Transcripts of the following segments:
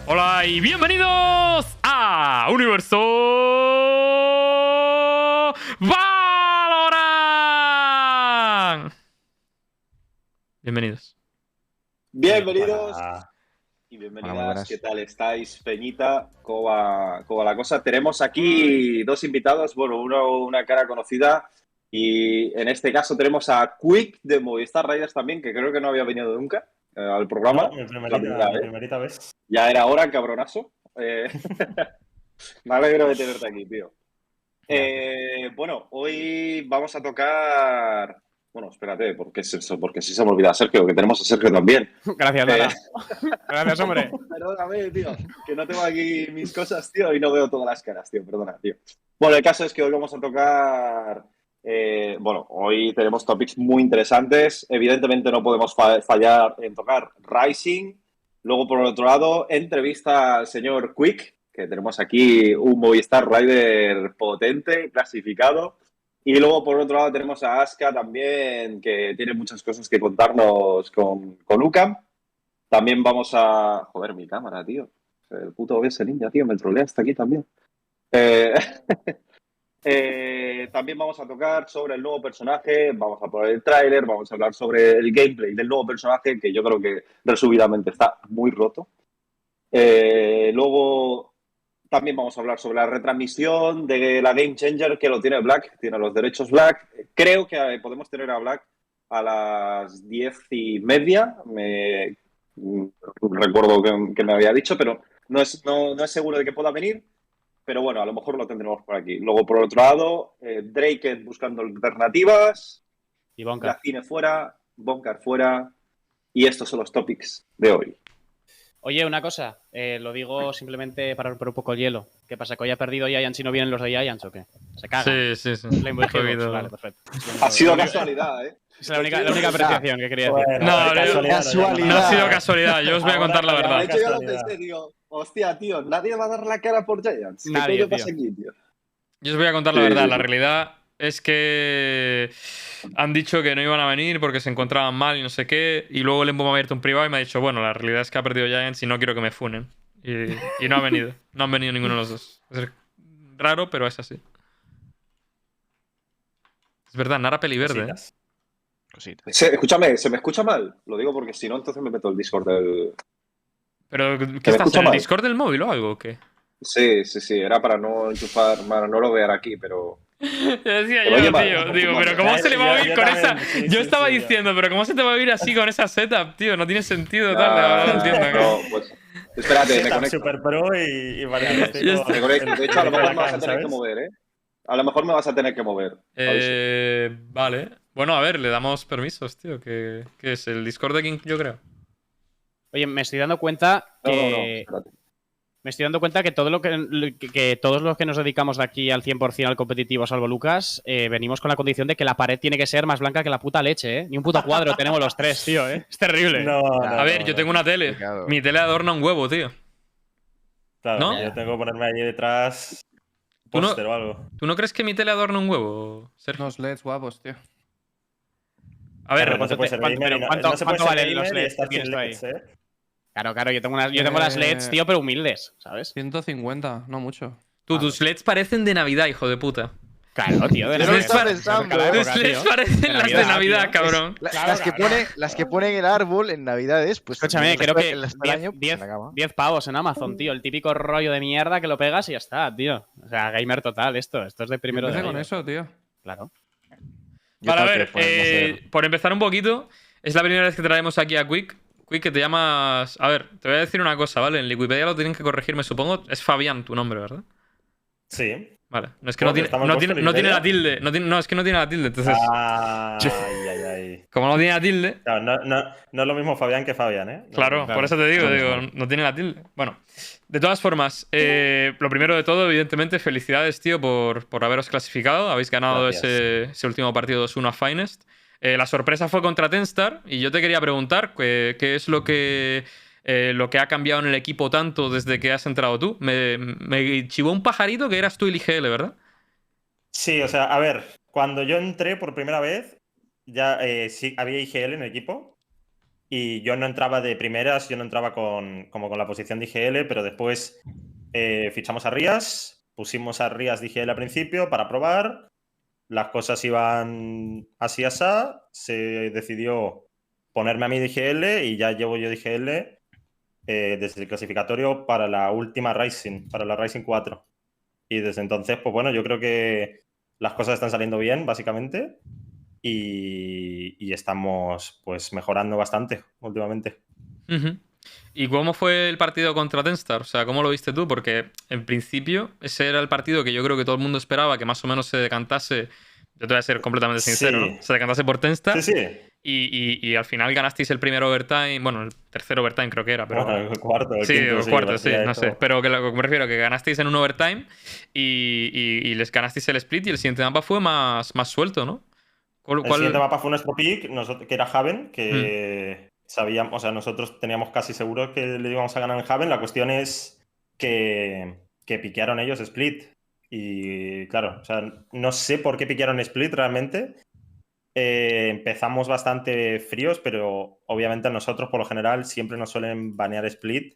Hola y bienvenidos a Universo Valorant. Bienvenidos. Bienvenidos y Hola, muy bienvenidas. buenas. ¿Qué tal estáis, Peñita? ¿Cómo va la cosa? Tenemos aquí dos invitados, bueno, una cara conocida y en este caso tenemos a Quick de Movistar Riders también, que creo que no había venido nunca al programa. No, mi La primera vez. primerita vez. Ya era hora, cabronazo. Me alegro de tenerte aquí, tío. Bueno, hoy vamos a tocar... Bueno, espérate, porque es eso, porque si se me olvida Sergio, que tenemos a Sergio también. Gracias, Lara. Gracias, hombre. Perdóname, tío, que no tengo aquí mis cosas, tío, y no veo todas las caras, tío, perdona, tío. Bueno, el caso es que hoy vamos a tocar... bueno, hoy tenemos topics muy interesantes. Evidentemente no podemos fallar en tocar Rising. Luego, por otro lado, entrevista al señor Quick, que tenemos aquí un Movistar Rider potente, clasificado. Y luego, por otro lado, tenemos a Aska también, que tiene muchas cosas que contarnos con UCAM. También vamos a... Joder, mi cámara, tío. El puto OBS Ninja, tío, me trolea hasta aquí también. También vamos a tocar sobre el nuevo personaje, vamos a poner el tráiler, vamos a hablar sobre el gameplay del nuevo personaje, que yo creo que resumidamente está muy roto. Luego también vamos a hablar sobre la retransmisión de la Game Changer, que lo tiene Black, tiene los derechos Black. Creo que podemos tener a Black a las 10:30, recuerdo que me había dicho, pero no es seguro de que pueda venir. Pero bueno, a lo mejor lo tendremos por aquí. Luego, por otro lado, Drake buscando alternativas, Y Bonka. Yacine fuera, Bonkar fuera, y estos son los topics de hoy. Oye, una cosa, lo digo simplemente para romper un poco el hielo. ¿Qué pasa? ¿Que hoy ha perdido Giants y no vienen los de Giants o qué? ¿Se caga? Sí. Rainbow Heroes, Oído. vale, perfecto. Ha sido casualidad, ¿eh? Es la única apreciación que quería decir. Bueno, No, casualidad. No ha sido casualidad, yo os voy a contar la De verdad. hecho, yo lo pensé, digo, hostia, tío, nadie va a dar la cara por Giants. ¿Qué Nadie, coño pasa tío. aquí, tío? Yo os voy a contar la Sí, verdad. sí, La sí. realidad es que han dicho que no iban a venir porque se encontraban mal y no sé qué. Y luego el Embo me ha abierto un privado y me ha dicho, bueno, la realidad es que ha perdido Giants y no quiero que me funen. Y no ha venido. No han venido ninguno de los dos. Es raro, pero es así. Es verdad, Nara Peliverde, ¿eh? Cositas. Escúchame, ¿se me escucha mal? Lo digo porque si no, entonces me meto el Discord del... Pero, ¿qué me estás escucha en el mal. Discord del móvil o algo o qué? Sí, era para no enchufar, para no lo ver aquí, pero... Yo decía Pero yo, oye, vale, tío, no, digo, no, pero no. ¿cómo se le va a oír Yo con también, esa...? sí, Yo sí, estaba sí, diciendo, pero ¿cómo se te va a oír así con esa setup, tío? No tiene sentido, tal. Ahora lo entiendo. No, pues... Espérate, me Setup conecto. Super Pro y parece que estoy Ya con- Me conecto. De hecho, a lo mejor me vas a ¿sabes? tener que mover, ¿eh? A lo mejor me vas a tener que mover. Vale. Bueno, a ver, le damos permisos, tío. ¿Qué es? El Discord de King, yo creo. Oye, me estoy dando cuenta No, que... espérate. Me estoy dando cuenta que, que todos los que nos dedicamos de aquí al 100% al competitivo, salvo Lucas, venimos con la condición de que la pared tiene que ser más blanca que la puta leche, ¿eh? Ni un puto cuadro tenemos los tres, tío, ¿eh? Es terrible. No, A ver, yo tengo una tele. Complicado. Mi tele adorna un huevo, tío. Claro, ¿no? yo tengo que ponerme allí detrás Tú no- póster o algo. ¿Tú no crees que mi tele adorna un huevo, Sergio? Unos LEDs guapos, tío. A ver, Claro, no se puede ser ¿cuánto- gamer y no- cuánto- no se puede cuánto ser valen los gamer y LEDs estar que sin tienes tú ahí? LEDs, ¿eh? Claro, yo tengo las LEDs, tío, pero humildes, ¿sabes? 150, no mucho. tus LEDs parecen de Navidad, hijo de puta. Claro, tío, de Tus Navidad. LEDs Eso es cada Tus época, Tus LEDs tío. parecen las de Navidad, tío. cabrón. Claro, las que ponen el árbol en Navidades, pues. Escúchame, creo que el extraño, 10 pues, acaba. 10 pavos en Amazon, tío. El típico rollo de mierda que lo pegas y ya está, tío. O sea, gamer total esto. Esto es de primero de Empecé con año. eso, tío. Claro. Vale, a tengo ver, que ponerme a hacer- por empezar un poquito, es la primera vez que traemos aquí a Quick. Quick, que te llamas... A ver, te voy a decir una cosa, ¿vale? En Wikipedia lo tienen que corregirme, supongo. Es Fabián tu nombre, ¿verdad? Sí. Vale. No, es que no Joder, tiene, ¿estamos no, puestos tiene, en no tiene la Wikipedia? tilde. No, es que no tiene la tilde. Entonces, Ay. como no tiene la tilde... Claro, no es lo mismo Fabián que Fabián, ¿eh? Claro, claro. por eso te digo, Claro. no tiene la tilde. Bueno, de todas formas, lo primero de todo, evidentemente, felicidades, tío, por haberos clasificado. Habéis ganado Gracias. ese último partido 2-1 a Finest. La sorpresa fue contra Tenstar y yo te quería preguntar qué es lo que ha cambiado en el equipo tanto desde que has entrado tú. Me chivó un pajarito que eras tú y el IGL, ¿verdad? Sí, o sea, a ver, cuando yo entré por primera vez, ya sí había IGL en el equipo. y yo no entraba de primeras, yo no entraba como con la posición de IGL, pero después fichamos a Rías, pusimos a Rías de IGL al principio para probar, las cosas iban así asá, se decidió ponerme a mí de IGL y ya llevo yo de IGL desde el clasificatorio para la última Rising, para la Rising 4. Y desde entonces, pues bueno, yo creo que las cosas están saliendo bien, básicamente, y estamos pues mejorando bastante últimamente. Ujú. ¿Y cómo fue el partido contra Tenstar? O sea, ¿cómo lo viste tú? Porque en principio ese era el partido que yo creo que todo el mundo esperaba que más o menos se decantase. Yo te voy a ser completamente sincero, Sí. ¿no? Se decantase por Tenstar. Sí. Y al final ganasteis el primer overtime. Bueno, el tercer overtime creo que era, pero. Bueno, el cuarto, el Sí, quinto, o cuarto, sí, parecía no eso. sé. Pero que lo que me refiero, que ganasteis en un overtime y les ganasteis el split y el siguiente mapa fue más suelto, ¿no? El siguiente mapa fue nuestro pick, que era Haven, Mm. que sabíamos, o sea, nosotros teníamos casi seguro que le íbamos a ganar en Haven. La cuestión es que piquearon ellos Split. Y claro, o sea, no sé por qué piquearon Split realmente. Empezamos bastante fríos, pero obviamente a nosotros por lo general siempre nos suelen banear Split.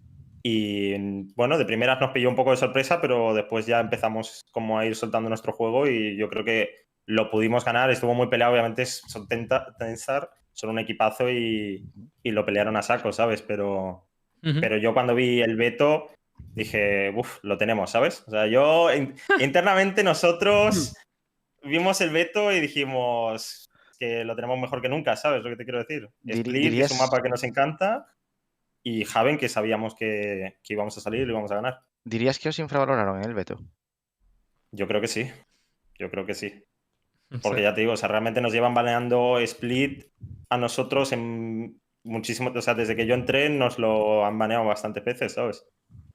Y bueno, de primeras nos pilló un poco de sorpresa, pero después ya empezamos como a ir soltando nuestro juego y yo creo que lo pudimos ganar. Estuvo muy peleado, obviamente son Tenstar, son un equipazo y lo pelearon a saco, ¿sabes? Ujú. Pero yo cuando vi el veto dije, uff, lo tenemos, ¿sabes? O sea, internamente nosotros vimos el veto y dijimos que lo tenemos mejor que nunca, ¿sabes lo que te quiero decir? Split es un mapa que nos encanta y Haven que sabíamos que íbamos a salir y lo íbamos a ganar. ¿Dirías que os infravaloraron en el veto? Yo creo que sí, yo creo que sí. Porque Sí. ya te digo, o sea, realmente nos llevan baneando Split a nosotros en muchísimo, o sea, desde que yo entré nos lo han baneado bastantes veces, ¿sabes?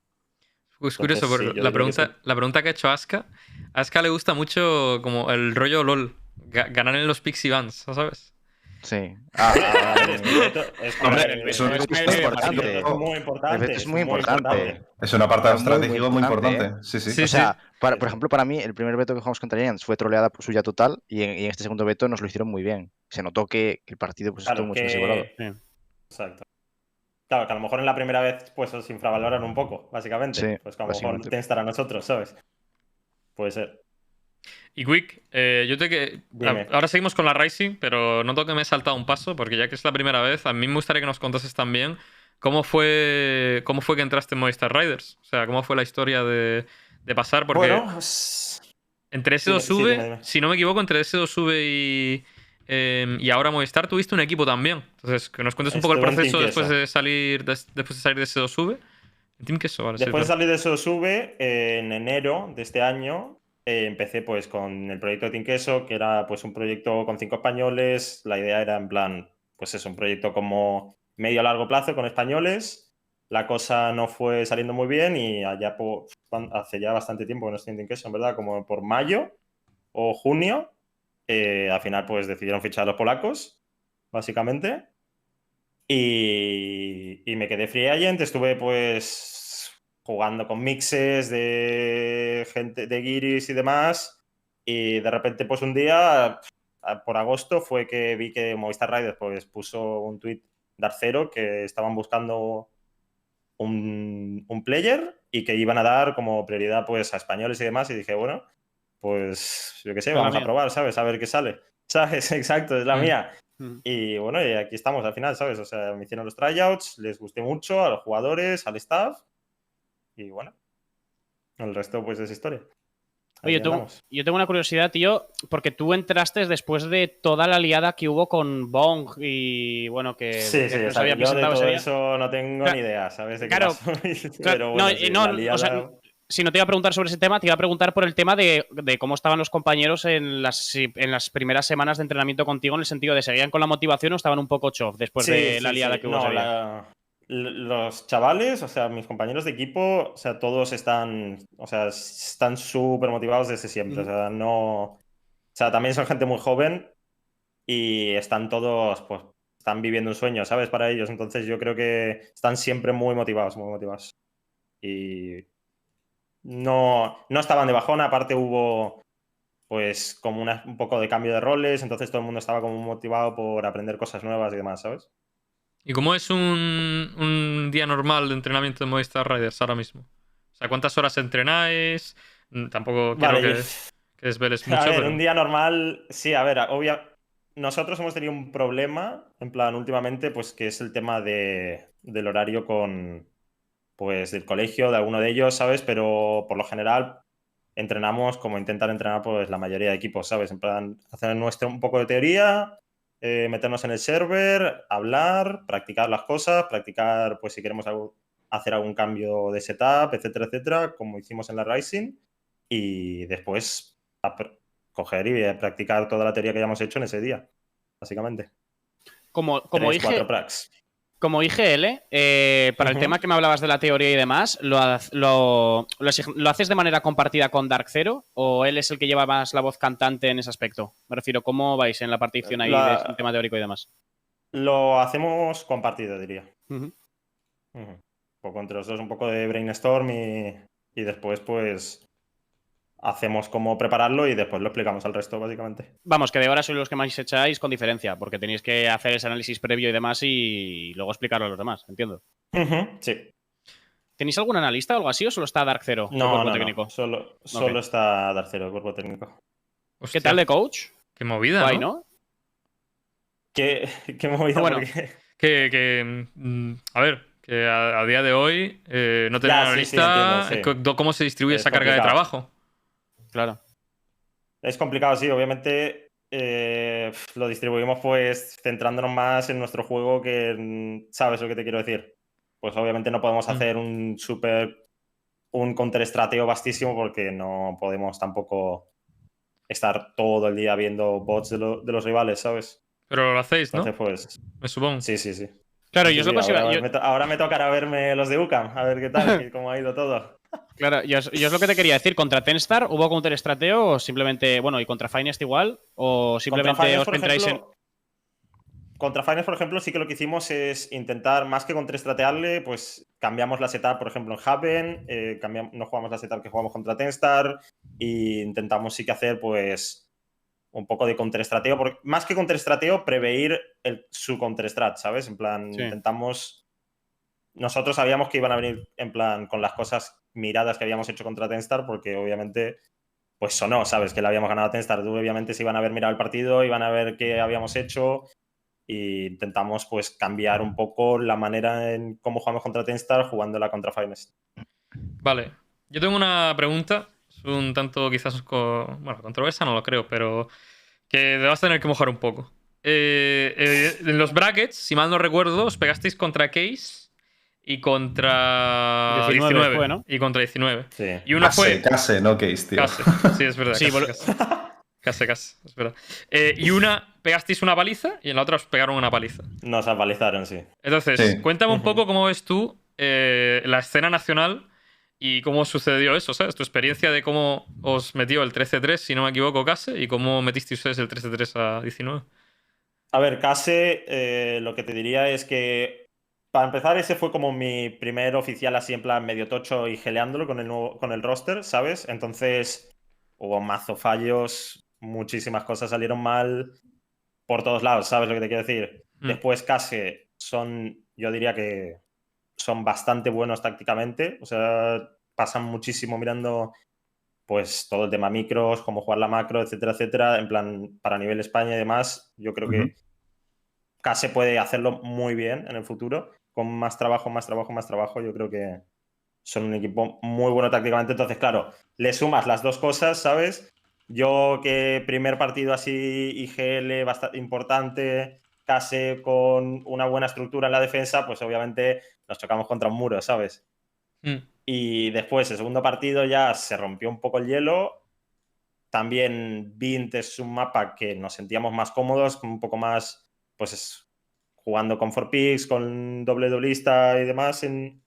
Es curioso, Entonces, sí, porque yo diría que sí. la pregunta que ha hecho Aska, a Aska le gusta mucho como el rollo LOL, ganar en los Pixie Bans, ¿sabes? Sí. A ver, es que el veto es Hombre, que- eso El veto es es importante. es muy importante. El veto es muy importante. Es un apartado Pero muy, muy estratégico muy importante, importante. Sí, sí. Sí, O sea, por ejemplo, para mí, el primer veto que jugamos contra Giants fue troleada suya total y en este segundo veto nos lo hicieron muy bien. Se notó que el partido pues, estuvo Claro, mucho más igualado. Exacto. Claro, que a lo mejor en la primera vez pues os infravaloran un poco, básicamente. Sí, Pues que a lo mejor básicamente. Tenstar a nosotros, ¿sabes? Puede ser. Y Quick, yo te que. Dime. Ahora seguimos con la Rising, pero noto que me he saltado un paso, porque ya que es la primera vez, a mí me gustaría que nos contases también cómo fue que entraste en Movistar Riders. O sea, cómo fue la historia de pasar, porque Bueno, pues... entre S2V, Sí, dime. si no me equivoco, entre S2V y ahora Movistar tuviste un equipo también. Entonces, que nos cuentes un poco el Estuve en proceso Team después Queso. de salir de S2V. En Team Queso, vale. Después de sí, salir de SOSV, en enero de este año, empecé pues con el proyecto de Team Queso, que era pues un proyecto con 5 españoles. La idea era en plan, pues es un proyecto como medio a largo plazo con españoles. La cosa no fue saliendo muy bien y allá hace ya bastante tiempo que no estoy en Team Queso, en verdad, como por mayo o junio, al final pues decidieron fichar a los polacos, básicamente. Y me quedé free agent, estuve pues jugando con mixes de gente de guiris y demás. Y de repente, pues un día, por agosto, fue que vi que Movistar Riders pues, puso un tweet de Arcero que estaban buscando un player y que iban a dar como prioridad pues a españoles y demás. Y dije, bueno, pues yo qué sé, vamos a probar, ¿sabes? A ver qué sale. ¿Sabes? Exacto, es la mía. Y bueno, y aquí estamos al final, ¿sabes? O sea, me hicieron los tryouts, les gusté mucho a los jugadores, al staff. Y bueno, el resto pues es historia. Oye, yo tengo una curiosidad, tío, porque tú entraste después de toda la liada que hubo con Bong y bueno, que sí, no o se sea, había yo de presentado todo ese día. eso no tengo ni idea, ¿sabes? De qué Claro, pasó. claro, Pero bueno, sí, la liada... o sea, si no te iba a preguntar sobre ese tema, te iba a preguntar por el tema de cómo estaban los compañeros en las primeras semanas de entrenamiento contigo, en el sentido de seguían con la motivación o estaban un poco chof después de la liada que hubo ese día. Los chavales, o sea, mis compañeros de equipo, o sea, todos están súper motivados desde siempre. O sea, no. O sea, también son gente muy joven y están todos, pues, están viviendo un sueño, ¿sabes? Para ellos. Entonces yo creo que están siempre muy motivados, muy motivados. Y no estaban de bajón, aparte hubo pues como un poco de cambio de roles, entonces todo el mundo estaba como motivado por aprender cosas nuevas y demás, ¿sabes? ¿Y cómo es un día normal de entrenamiento de Movistar Riders ahora mismo? O sea, ¿cuántas horas entrenáis? Tampoco quiero Vale, que desveles a mucho, ver, pero... un día normal, sí, a ver, nosotros hemos tenido un problema, en plan, últimamente, pues que es el tema del horario con, pues, del colegio, de alguno de ellos, ¿sabes? Pero por lo general entrenamos como intentar entrenar, pues, la mayoría de equipos, ¿sabes? En plan, hacer un poco de teoría, meternos en el server, hablar, practicar las cosas, practicar, pues, si queremos hacer algún cambio de setup, etcétera, etcétera, como hicimos en la Rising, y después coger y practicar toda la teoría que hayamos hecho en ese día, básicamente. Como, 3-4 pracs. como IGL, para el Ujú. tema que me hablabas de la teoría y demás, ¿lo haces de manera compartida con Dark Zero o él es el que lleva más la voz cantante en ese aspecto? Me refiero, ¿cómo vais en la partición ahí del tema teórico y demás? Lo hacemos compartido, diría. Ujú. Un poco entre los dos, un poco de brainstorm y después, pues, hacemos cómo prepararlo y después lo explicamos al resto, básicamente. Vamos, que de ahora sois los que más echáis con diferencia, porque tenéis que hacer ese análisis previo y demás y luego explicarlo a los demás, entiendo. Sí. ¿Tenéis algún analista o algo así o solo está Dark Zero, el cuerpo técnico? No. Solo está Darcero, el cuerpo técnico. ¿Qué Hostia, tal de coach? Qué movida, Guay, ¿no? ¿no? ¿Qué movida? Bueno. Porque... A ver, que a día de hoy no tener Ya, sí, analista, entiendo, ¿cómo se distribuye Es esa carga de complicado. trabajo? Claro. Es complicado, sí, obviamente lo distribuimos pues centrándonos más en nuestro juego que ¿sabes lo que te quiero decir? Pues obviamente no podemos hacer un counter-estrateo vastísimo porque no podemos tampoco estar todo el día viendo bots de los rivales, ¿sabes? Pero lo hacéis, ¿no? Entonces, pues Me supongo. sí. Claro, Sí, yo os lo sí, consigo. ahora me tocará verme los de UCAM, a ver qué tal, cómo ha ido todo. Claro, yo es lo que te quería decir. ¿Contra Tenstar hubo counter estrateo o simplemente, bueno, y contra Finest igual? ¿O simplemente os centráis en. Contra Finance, por ejemplo, sí que lo que hicimos es intentar, más que contrastratearle, pues cambiamos la setup, por ejemplo, en Haven, no jugamos la setup que jugamos contra Tenstar e intentamos sí que hacer, pues, un poco de contrastrateo, porque más que contrastrateo, preveir su contrastrat, ¿sabes? En plan, Sí. intentamos... Nosotros sabíamos que iban a venir, en plan, con las cosas miradas que habíamos hecho contra Tenstar, porque obviamente, pues sonó, ¿sabes? Que le habíamos ganado a Tenstar. Obviamente se iban a haber mirado el partido, iban a ver qué habíamos hecho e intentamos pues cambiar un poco la manera en cómo jugamos contra Tenstar jugándola contra Finest. Vale. Yo tengo una pregunta. Es un tanto quizás... Bueno, controversia no lo creo, pero que te vas a tener que mojar un poco. En los brackets, si mal no recuerdo, os pegasteis contra Case y contra 19 fue, ¿no? Y contra 19. Sí. Y uno fue... Case, no Case, tío. Case. Sí, es verdad. Sí, Case, es verdad. Y una pegasteis una paliza y en la otra os pegaron una paliza. Nos apalizaron, sí. Entonces, Sí. cuéntame un poco cómo ves tú la escena nacional y cómo sucedió eso, ¿sabes? Tu experiencia de cómo os metió el 13-3, si no me equivoco, Case, y cómo metisteis ustedes el 13-3 a 19. A ver, Case, lo que te diría es que para empezar, ese fue como mi primer oficial así en plan medio tocho y geleándolo con el roster, ¿sabes? Entonces hubo mazo fallos, muchísimas cosas salieron mal por todos lados, ¿sabes lo que te quiero decir? Después Case yo diría que son bastante buenos tácticamente, o sea, pasan muchísimo mirando pues todo el tema micros, cómo jugar la macro, etcétera, etcétera, en plan para nivel España y demás, yo creo que Case puede hacerlo muy bien en el futuro, con más trabajo, yo creo que son un equipo muy bueno tácticamente, entonces claro, le sumas las dos cosas, ¿sabes? Yo que primer partido así IGL bastante importante, Case con una buena estructura en la defensa, pues obviamente nos chocamos contra un muro, ¿sabes? Y después, el segundo partido ya se rompió un poco el hielo. También Vint es un mapa que nos sentíamos más cómodos, un poco más, pues jugando con 4picks, con doble duelista y demás en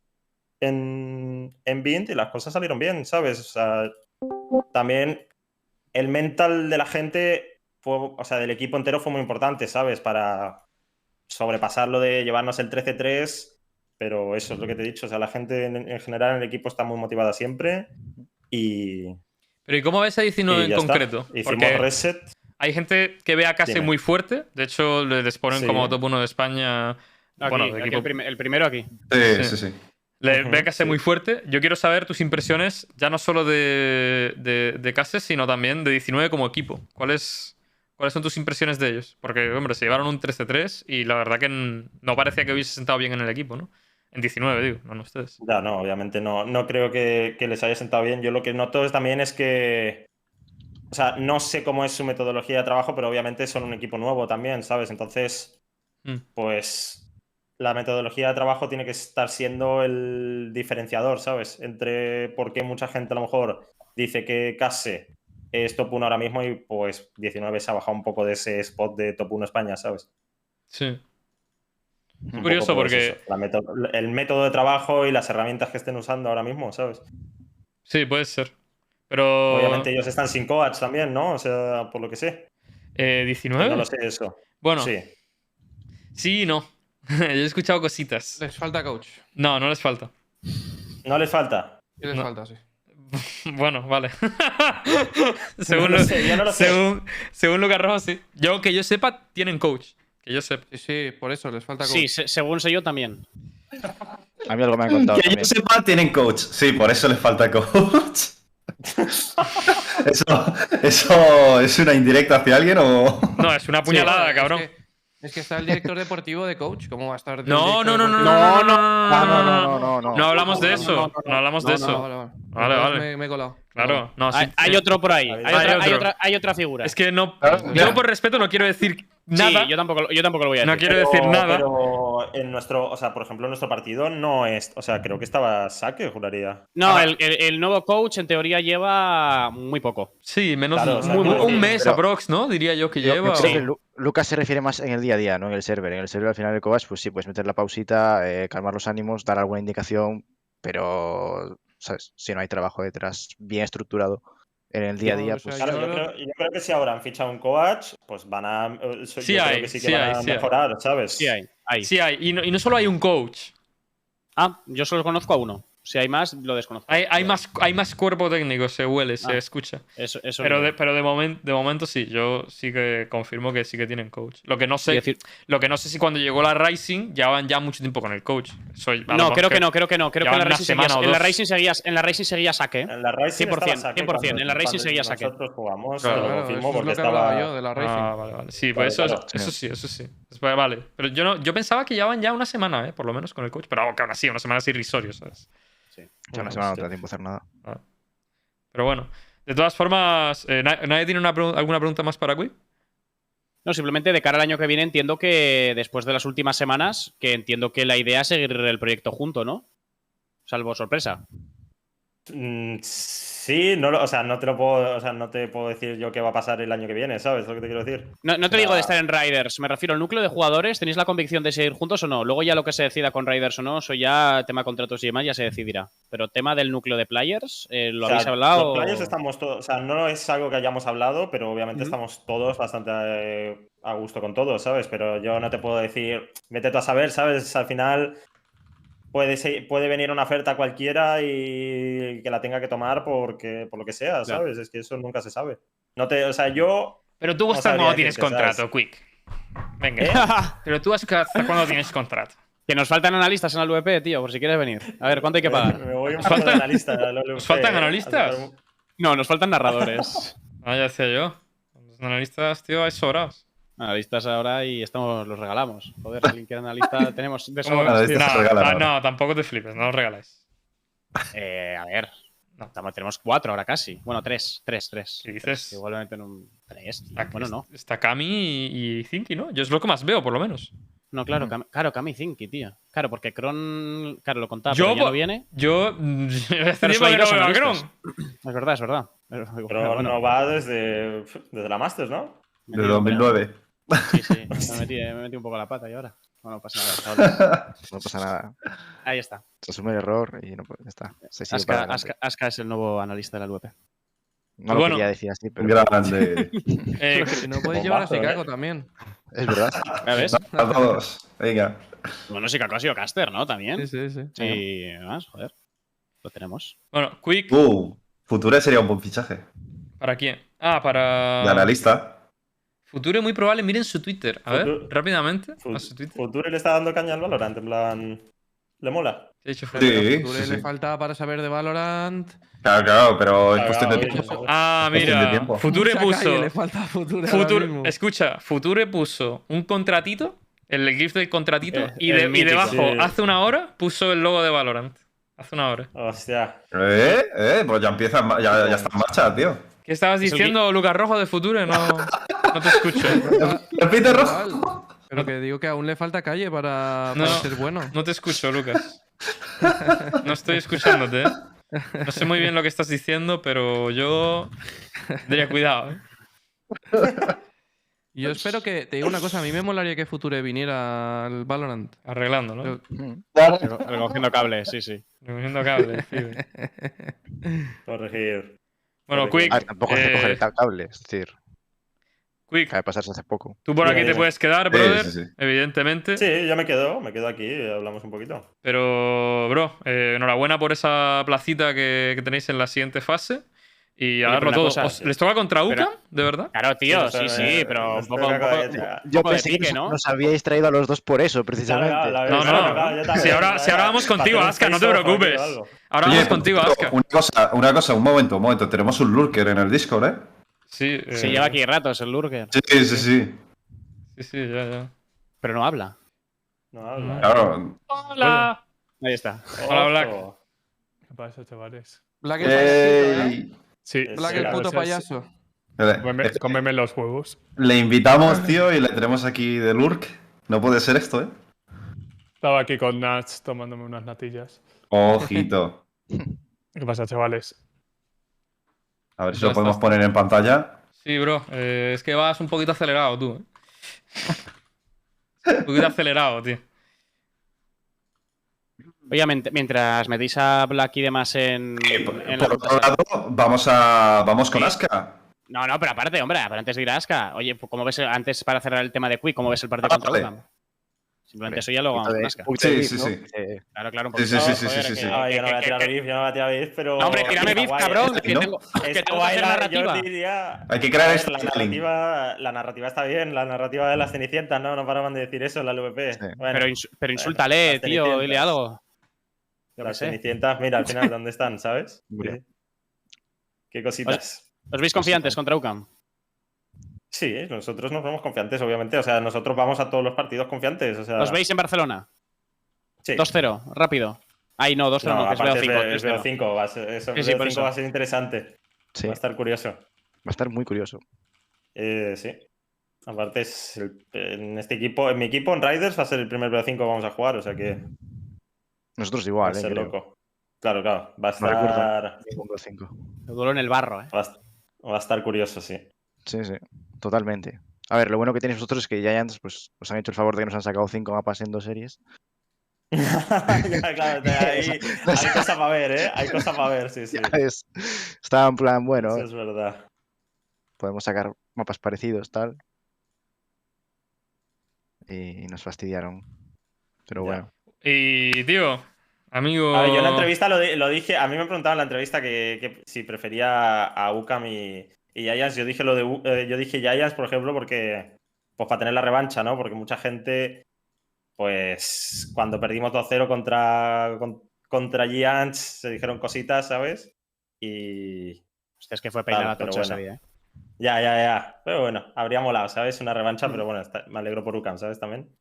Vint y las cosas salieron bien, ¿sabes? O sea, también el mental de la gente, o sea, del equipo entero fue muy importante, ¿sabes? Para sobrepasarlo de llevarnos el 13-3, pero eso es lo que te he dicho, o sea, la gente en general en el equipo está muy motivada siempre y... Pero ¿y cómo ves a 19 en ya concreto? está. Hicimos Porque reset. hay gente que ve a Case Dime. muy fuerte. De hecho, les ponen Sí. como top 1 de España Bueno, de aquí equipo. el primero aquí. Sí, sí, sí. Ve Case muy fuerte. Yo quiero saber tus impresiones, ya no solo de Case, sino también de 19 como equipo. ¿Cuáles son tus impresiones de ellos? Porque, hombre, se llevaron un 13-3 y la verdad que no parecía que hubiese sentado bien en el equipo, ¿no? En 19, digo, no ustedes. Ya, no, obviamente no creo que les haya sentado bien. Yo lo que noto también es que, o sea, no sé cómo es su metodología de trabajo, pero obviamente son un equipo nuevo también, ¿sabes? Entonces, pues la metodología de trabajo tiene que estar siendo el diferenciador, ¿sabes? Entre por qué mucha gente a lo mejor dice que Case es top 1 ahora mismo y pues 19 se ha bajado un poco de ese spot de top 1 España, ¿sabes? Sí. Un Curioso poco, pues, porque... eso, el método de trabajo y las herramientas que estén usando ahora mismo, ¿sabes? Sí, puede ser. Pero... Obviamente ellos están sin coach también, ¿no? O sea, por lo que sé. 19. No lo sé eso. Bueno, Sí. sí y no. Yo he escuchado cositas. Les falta coach. No les falta. ¿No les falta? ¿Qué les No. falta, sí? Bueno, vale. No lo sé, yo no lo sé. Según Lucas Rojo, sí. Que yo sepa, tienen coach. Que yo sepa. Sí, sí, por eso les falta coach. Sí, según sé yo también. A mí algo me han contado Que yo también. sepa, tienen coach. Sí, por eso les falta coach. ¿Eso es una indirecta hacia alguien o...? No, es una puñalada, Sí, cabrón. Es que está el director deportivo de coach. ¿Cómo va a estar? No, no, no, no, no, No, no, no. No hablamos de eso. No hablamos de Ah, eso. vale, vale. Vale, Entonces vale. Me he colado. Claro, no, sí. Hay otro por ahí. Hay Hay otra figura. Es que no. Claro, Yo ya. por respeto no quiero decir nada. Sí, yo tampoco lo voy a decir. No quiero decir nada. Pero en nuestro, o sea, por ejemplo, en nuestro partido no es. O sea, creo que estaba Saque, juraría. No, el nuevo coach en teoría lleva muy poco. Sí, menos Claro, o sea, un mes pero- aprox, ¿no? Diría yo que Yo lleva. creo que Lucas se refiere más en el día a día, no en el server. En el server al final del coach, pues sí, puedes meter la pausita, calmar los ánimos, dar alguna indicación, pero, ¿sabes? Si no hay trabajo detrás bien estructurado en el día a No, día, o sea, pues... Claro, yo creo que si ahora han fichado un coach, pues van a. Sí yo hay, creo que sí que sí van hay, a sí hay. mejorar, ¿sabes? Sí hay. Sí hay. Y no solo hay un coach. Ah, yo solo conozco a uno. Si hay más, lo desconozco. Hay más cuerpo técnico, se huele, se escucha. Eso Pero, no. de momento sí, yo sí que confirmo que sí que tienen coach. Lo que no sé, Es decir- lo que no sé si cuando llegó la Rising llevaban ya mucho tiempo con el coach. No, creo que no. Creo que en llevan la una Racing semana o en la dos. Racing seguía Saque. En la Rising 100%, estaba Saque 100%, en la Racing cuando seguía Saque. Nosotros jugamos, Claro, te lo Claro, confirmo, eso es porque lo que hablaba estaba. yo de la Racing. Vale. Sí, pues Claro, eso sí. Pues vale. Pero yo pensaba que llevaban ya una semana, por lo menos con el coach. Pero que aún así, una semana es irrisorio, ¿sabes? Ya una semana no te da tiempo a hacer nada. Pero bueno. De todas formas, ¿nadie tiene alguna pregunta más para Quick? No, simplemente de cara al año que viene entiendo que después de las últimas semanas, que entiendo que la idea es seguir el proyecto junto, ¿no? Salvo sorpresa. Sí, o sea, no te puedo decir yo qué va a pasar el año que viene, ¿sabes? Es lo que te quiero decir. No te digo de estar en Riders, me refiero al núcleo de jugadores. ¿Tenéis la convicción de seguir juntos o no? Luego ya lo que se decida con Riders o no, eso ya tema contratos y demás ya se decidirá. Pero tema del núcleo de players, ¿lo O sea, habéis hablado? Los players estamos todos, o sea, no es algo que hayamos hablado, pero obviamente estamos todos bastante a gusto con todos, ¿sabes? Pero yo no te puedo decir, vete tú a saber, ¿sabes? Al final puede venir una oferta cualquiera y que la tenga que tomar por lo que sea, ¿sabes? Es que eso nunca se sabe. O sea, yo. Pero tú No hasta sabría cuando tienes decirte, contrato, ¿sabes? Quick. Venga. Pero tú hasta cuando tienes contrato. Que nos faltan analistas en la LVP, tío, por si quieres venir. A ver, ¿cuánto hay que pagar? Me voy un poco de analista. ¿Os faltan analistas? No, nos faltan narradores. Ah, ya decía yo. Los analistas, tío, hay sobrados. Analistas ahora y los regalamos. Joder, si alguien quiere analista, tenemos de ¿Cómo? sobra. Analistas se regalan ahora. No, tampoco te flipes, no los regaláis. A ver. Tenemos 4 ahora casi. Bueno, 3. ¿Qué dices? Igualmente en un 3. Bueno, no. Está Kami y Zinky, ¿no? Yo es lo que más veo, por lo menos. No, claro, Kami Zinky, tío. Claro, porque Kron, claro, lo contaba, Yo, pero ya no viene. Yo. Pero solo hay dos Kron. analistas. Es verdad. Pero bueno, no va desde la Masters, ¿no? De 2009. Sí. Me metí un poco la pata y ahora. No pasa nada. No pasa nada. Ahí está. Se asume el error y no puede, ya está. Se sigue para adelante. Aska es el nuevo analista de la LVP. No lo Bueno. quería decir así, pero Grande. Si no podéis llevar a Bombazo, Chicago también. es verdad. ¿Ya ves? A todos. Venga. Bueno, sí, Caco ha sido caster, ¿no? También. Sí. Sí, además, joder. Lo tenemos. Bueno, Quick. Future sería un buen fichaje. ¿Para quién? Ah, para. De analista. Future muy probable, miren su Twitter. A ver, Future- rápidamente. A su Twitter. Future le está dando caña al Valorant, en plan. ¿Le mola? ¿Qué ha dicho Pero Future? Sí, a Future sí, le sí. falta para saber de Valorant. Claro, pero es cuestión de Claro, tiempo. oye, Ah, Es cuestión de mira. tiempo. Future Mucha calle puso. le falta a Future ahora mismo. Escucha, Future puso un contratito, el GIF del contratito, y, el mítico. debajo, Sí. hace una hora, puso el logo de Valorant. Hace una hora. Hostia. Pues ya empieza, ya está en marcha, tío. ¿Qué estabas Es el diciendo, Lucas Rojo, de Future? No te escucho. Repite, Rojo. Igual. Pero que digo que aún le falta calle para No. ser bueno. No te escucho, Lucas. No estoy escuchándote, ¿eh? No sé muy bien lo que estás diciendo, pero yo tendría cuidado, ¿eh? Yo espero que. Te digo una cosa, a mí me molaría que Future viniera al Valorant. Arreglando, ¿no? Pero- Recogiendo cables, sí. Recogiendo cables, tío. Corregir. Bueno, Correcto. Quick, Ah, tampoco hace coger el cable, es decir, Quick, acaba de pasarse hace poco. tú por Dime, aquí te dime. puedes quedar, Sí, brother, sí, sí. evidentemente. Sí, yo me quedo aquí y hablamos un poquito. Pero, bro, enhorabuena por esa placita que tenéis en la siguiente fase. Y a Oye, darlo pero una todo. cosa, ¿Les toca contra pero- UCAM? ¿De verdad? Claro, tío, Sí, sí, pero un nos poco, toca un poco, cada- un Yo poco de pensé que pique, ¿no? nos habíais traído a los dos por eso, precisamente. No, no. Si ahora vamos contigo, Aska, no te preocupes. Ahora Oye, vamos contigo, por Aska. cierto, una cosa, un momento. Tenemos un lurker en el Discord, ¿eh? Sí, Se lleva aquí ratos el Lurker, Sí. Sí, ya. Ah, pero no habla. No habla. Claro. ¡Hola! Ahí está. Hola, Black. Ojo. ¿Qué pasa, chavales? Black el payasito, ¿eh? Ey. Sí, Black Sí, el a puto ver si es- payaso. Cómeme los huevos. Le invitamos, tío, y le tenemos aquí de lurk. No puede ser esto, ¿eh? Estaba aquí con Nats tomándome unas natillas. Ojito. ¿Qué pasa, chavales? A ver si Ya lo podemos estás. poner en pantalla. Sí, bro. Es que vas un poquito acelerado tú, ¿eh? Un poquito acelerado, tío. Oye, mientras metéis a Black y demás en la Por puta otro sala. lado, vamos con Sí. Aska. No, pero aparte, hombre, pero antes de ir a Aska, oye, pues, ¿cómo ves, antes para cerrar el tema de Quick, cómo ves el partido Ah, contra vale. UCAM? Simplemente eso ya lo vamos con Aska. Sí. Claro, un Sí, poquito. sí, sí, joder, sí, que- sí. Ay, yo no voy a que- tirar que- beef, yo no voy a tirar beef, pero. No, hombre, tírame Está beef, guay, cabrón, ¿eh? que ¿No? tengo que Está hacer guay narrativa. Yo diría. Hay que crear A ver, storytelling. la narrativa está bien, la narrativa de las cenicientas, ¿no? No paraban de decir eso en la LVP. Sí. Bueno, Pero insúltale, las tío, cenicientas. dile algo. Yo qué las sé. cenicientas, mira, al final, ¿dónde están, sabes? Hombre. Qué cositas. ¿Os veis confiantes contra UCAM? Sí, nosotros nos vemos confiantes, obviamente. O sea, nosotros vamos a todos los partidos confiantes. O sea, ¿Os veis en Barcelona? sí. 2-0, rápido. Ay, no, 2-0 no, que es aparte BO5. es BO5, va a ser, eso, Sí, por BO5 eso. va a ser interesante. Sí, Va a va estar curioso. a estar muy curioso. Sí. Aparte, en este equipo, en mi equipo, en Riders, va a ser el primer BO5 que vamos a jugar, o sea que Nosotros va igual, a ser creo. loco. Claro. Va a No estar. recuerdo. 5. El duelo en el barro, Va a estar curioso, sí. Sí, totalmente. A ver, lo bueno que tenéis vosotros es que Giants pues, os han hecho el favor de que nos han sacado 5 mapas en 2 series. Ya, claro, hay cosa para ver, ¿eh? Hay cosa para ver, sí. Estaba en plan, bueno, Eso es verdad. podemos sacar mapas parecidos, tal. Y nos fastidiaron. Pero Ya. bueno. Y, tío, amigo. A ver, yo en la entrevista lo dije, a mí me preguntaban en la entrevista que si prefería a UCAM y Giants. Yo dije yo dije Giants, por ejemplo, porque pues para tener la revancha, ¿no? Porque mucha gente, pues cuando perdimos 2-0 contra Giants, se dijeron cositas, ¿sabes? Y Hostia, es que fue peinada Claro, pero tocha ese bueno. día, ¿eh? ya. Pero bueno, habría molado, ¿sabes? Una revancha, pero bueno, me alegro por UCAM, ¿sabes? También.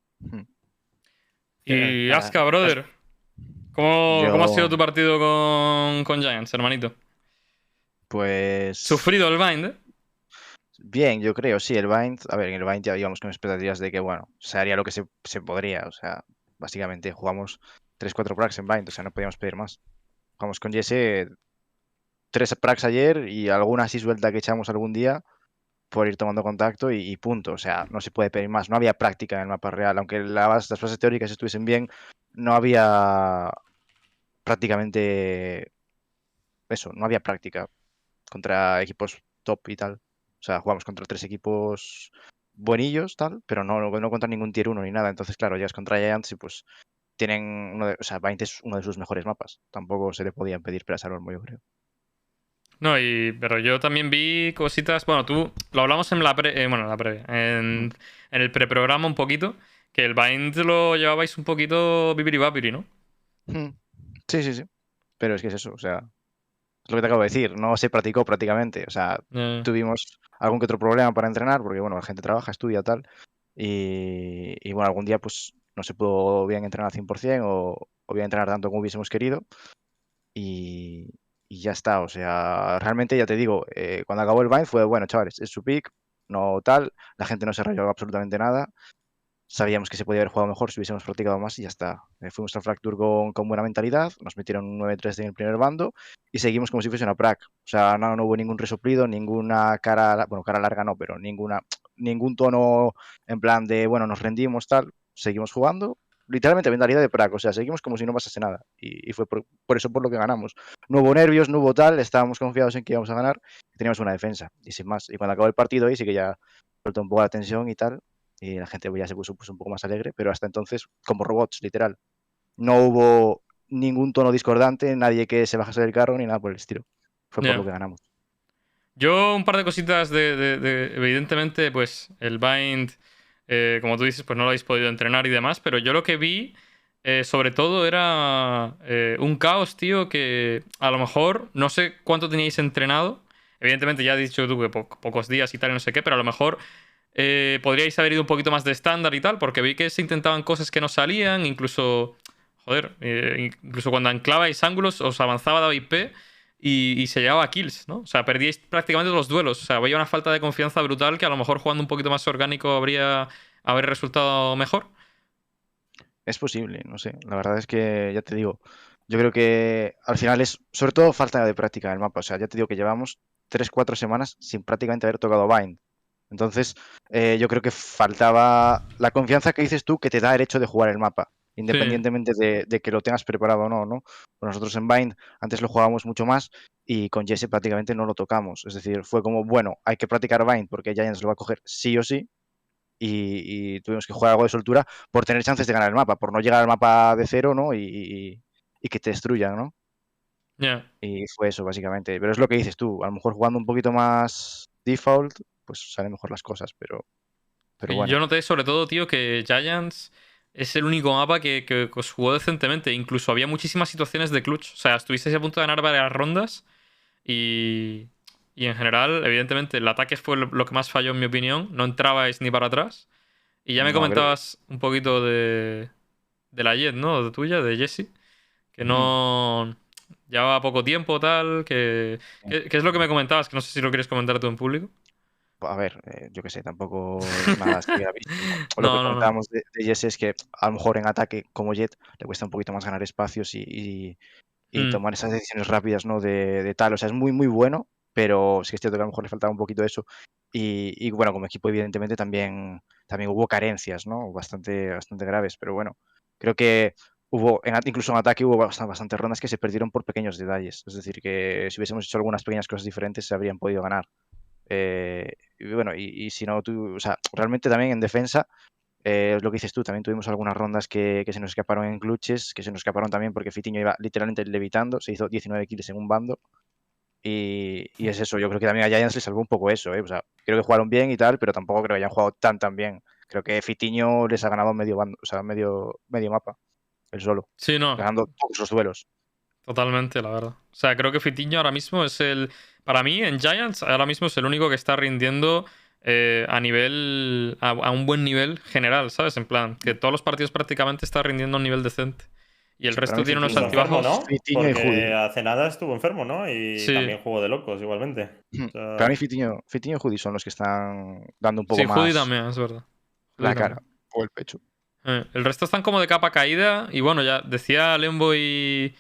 Y Para- Aska, brother. ¿Cómo Yo- ha sido tu partido con Giants, hermanito? Pues. Sufrido el bind, ¿eh? Bien, yo creo, sí, el Bind. A ver, en el Bind ya íbamos con expectativas de que, bueno, se haría lo que se podría. O sea, básicamente jugamos 3-4 prags en Bind, o sea, no podíamos pedir más. Jugamos con Jesse 3 prags ayer y alguna así suelta que echamos algún día por ir tomando contacto y punto. O sea, no se puede pedir más. No había práctica en el mapa real. Aunque las fases teóricas estuviesen bien, no había prácticamente eso, no había práctica contra equipos top y tal. O sea, jugamos contra 3 equipos buenillos, tal, pero no contra ningún tier 1 ni nada. Entonces, claro, ya es contra Giants y pues tienen o sea, Bind es uno de sus mejores mapas. Tampoco se le podían pedir peras al olmo, yo creo. No, pero yo también vi cositas. Bueno, tú lo hablamos en la bueno, la previa. En el preprograma un poquito. Que el Bind lo llevabais un poquito bibiri ¿no? Sí, sí, sí. Pero es que es eso, o sea, es lo que te acabo de decir, no se practicó prácticamente. O sea, tuvimos algún que otro problema para entrenar, porque bueno, la gente trabaja, estudia, tal. Y bueno, algún día pues no se pudo bien entrenar al 100% o bien entrenar tanto como hubiésemos querido. Y ya está, o sea, realmente ya te digo, cuando acabó el Bind fue, bueno, chavales, es su pick, no tal, la gente no se rayó absolutamente nada. Sabíamos que se podía haber jugado mejor si hubiésemos practicado más y ya está. Fuimos al Fracture con buena mentalidad, nos metieron un 9-3 en el primer bando y seguimos como si fuese una prac. O sea, no hubo ningún resoplido, ninguna bueno, cara larga no, pero ningún tono en plan de, bueno, nos rendimos, tal. Seguimos jugando, literalmente mentalidad de prac, o sea, seguimos como si no pasase nada. Y fue por eso por lo que ganamos. No hubo nervios, no hubo tal, estábamos confiados en que íbamos a ganar y teníamos una defensa, y sin más. Y cuando acabó el partido ahí sí que ya soltó un poco la tensión y tal. Y la gente ya se puso un poco más alegre, pero hasta entonces como robots, literal. No hubo ningún tono discordante, nadie que se bajase del carro ni nada por el estilo. Fue por lo que ganamos. Yo un par de cositas evidentemente, pues el Bind, como tú dices, pues no lo habéis podido entrenar y demás, pero yo lo que vi, sobre todo, era un caos, tío, que a lo mejor, no sé cuánto teníais entrenado. Evidentemente ya has dicho tú que pocos días y tal y no sé qué, pero a lo mejor podríais haber ido un poquito más de estándar y tal, porque vi que se intentaban cosas que no salían, incluso, joder, incluso cuando anclabais ángulos os avanzaba David P y se llevaba kills, ¿no? O sea, perdíais prácticamente todos los duelos. O sea, había una falta de confianza brutal que a lo mejor jugando un poquito más orgánico habría resultado mejor. Es posible, no sé. La verdad es que, ya te digo, yo creo que al final es, sobre todo, falta de práctica en el mapa. O sea, ya te digo que llevamos 3-4 semanas sin prácticamente haber tocado Bind. Entonces, yo creo que faltaba la confianza que dices tú que te da el hecho de jugar el mapa, independientemente de que lo tengas preparado o no, ¿no? Pues nosotros en Bind antes lo jugábamos mucho más y con Jesse prácticamente no lo tocamos. Es decir, fue como, bueno, hay que practicar Bind porque Giants lo va a coger sí o sí y tuvimos que jugar algo de soltura por tener chances de ganar el mapa, por no llegar al mapa de cero, ¿no? Y que te destruyan, ¿no? Y fue eso, básicamente. Pero es lo que dices tú, a lo mejor jugando un poquito más default, pues salen mejor las cosas, pero bueno. Yo noté sobre todo, tío, que Giants es el único mapa que os jugó decentemente. Incluso había muchísimas situaciones de clutch. O sea, estuvisteis a punto de ganar varias rondas y en general, evidentemente, el ataque fue lo que más falló en mi opinión. No entrabais ni para atrás. Y ya me comentabas un poquito de la Jet, ¿no? De tuya, de Jesse. Que no... Llevaba poco tiempo, tal. ¿Qué es lo que me comentabas? Que no sé si lo quieres comentar tú en público. A ver, yo qué sé, tampoco es nada así gravísimo. Lo que comentábamos de Jesse es que a lo mejor en ataque, como Jet, le cuesta un poquito más ganar espacios y tomar esas decisiones rápidas, ¿no? De tal. O sea, es muy, muy bueno, pero sí que es cierto que a lo mejor le faltaba un poquito eso. Y bueno, como equipo, evidentemente, también hubo carencias, ¿no? Bastante graves, pero bueno, creo que incluso en ataque hubo bastantes rondas que se perdieron por pequeños detalles. Es decir, que si hubiésemos hecho algunas pequeñas cosas diferentes, se habrían podido ganar. Y bueno, y si no, o sea, realmente también en defensa, lo que dices tú, también tuvimos algunas rondas que se nos escaparon en clutches, que se nos escaparon también porque Fitiño iba literalmente levitando, se hizo 19 kills en un bando. Y es eso, yo creo que también a Giants le salvó un poco eso, O sea, creo que jugaron bien y tal, pero tampoco creo que hayan jugado tan bien. Creo que Fitiño les ha ganado medio bando, o sea, medio mapa, él solo. Sí, no. Ganando todos los duelos. Totalmente, la verdad. O sea, creo que Fitiño ahora mismo es para mí, en Giants, ahora mismo es el único que está rindiendo a un buen nivel general, ¿sabes? En plan, que todos los partidos prácticamente está rindiendo a un nivel decente. Y el resto tiene unos altibajos. ¿No? Porque hace nada estuvo enfermo, ¿no? Y también jugó de locos, igualmente. O sea... Para mí, Fitiño y Judy son los que están dando un poco más. Sí, Judy también, es verdad. La cara o el pecho. El resto están como de capa caída. Y bueno, ya decía Lembo y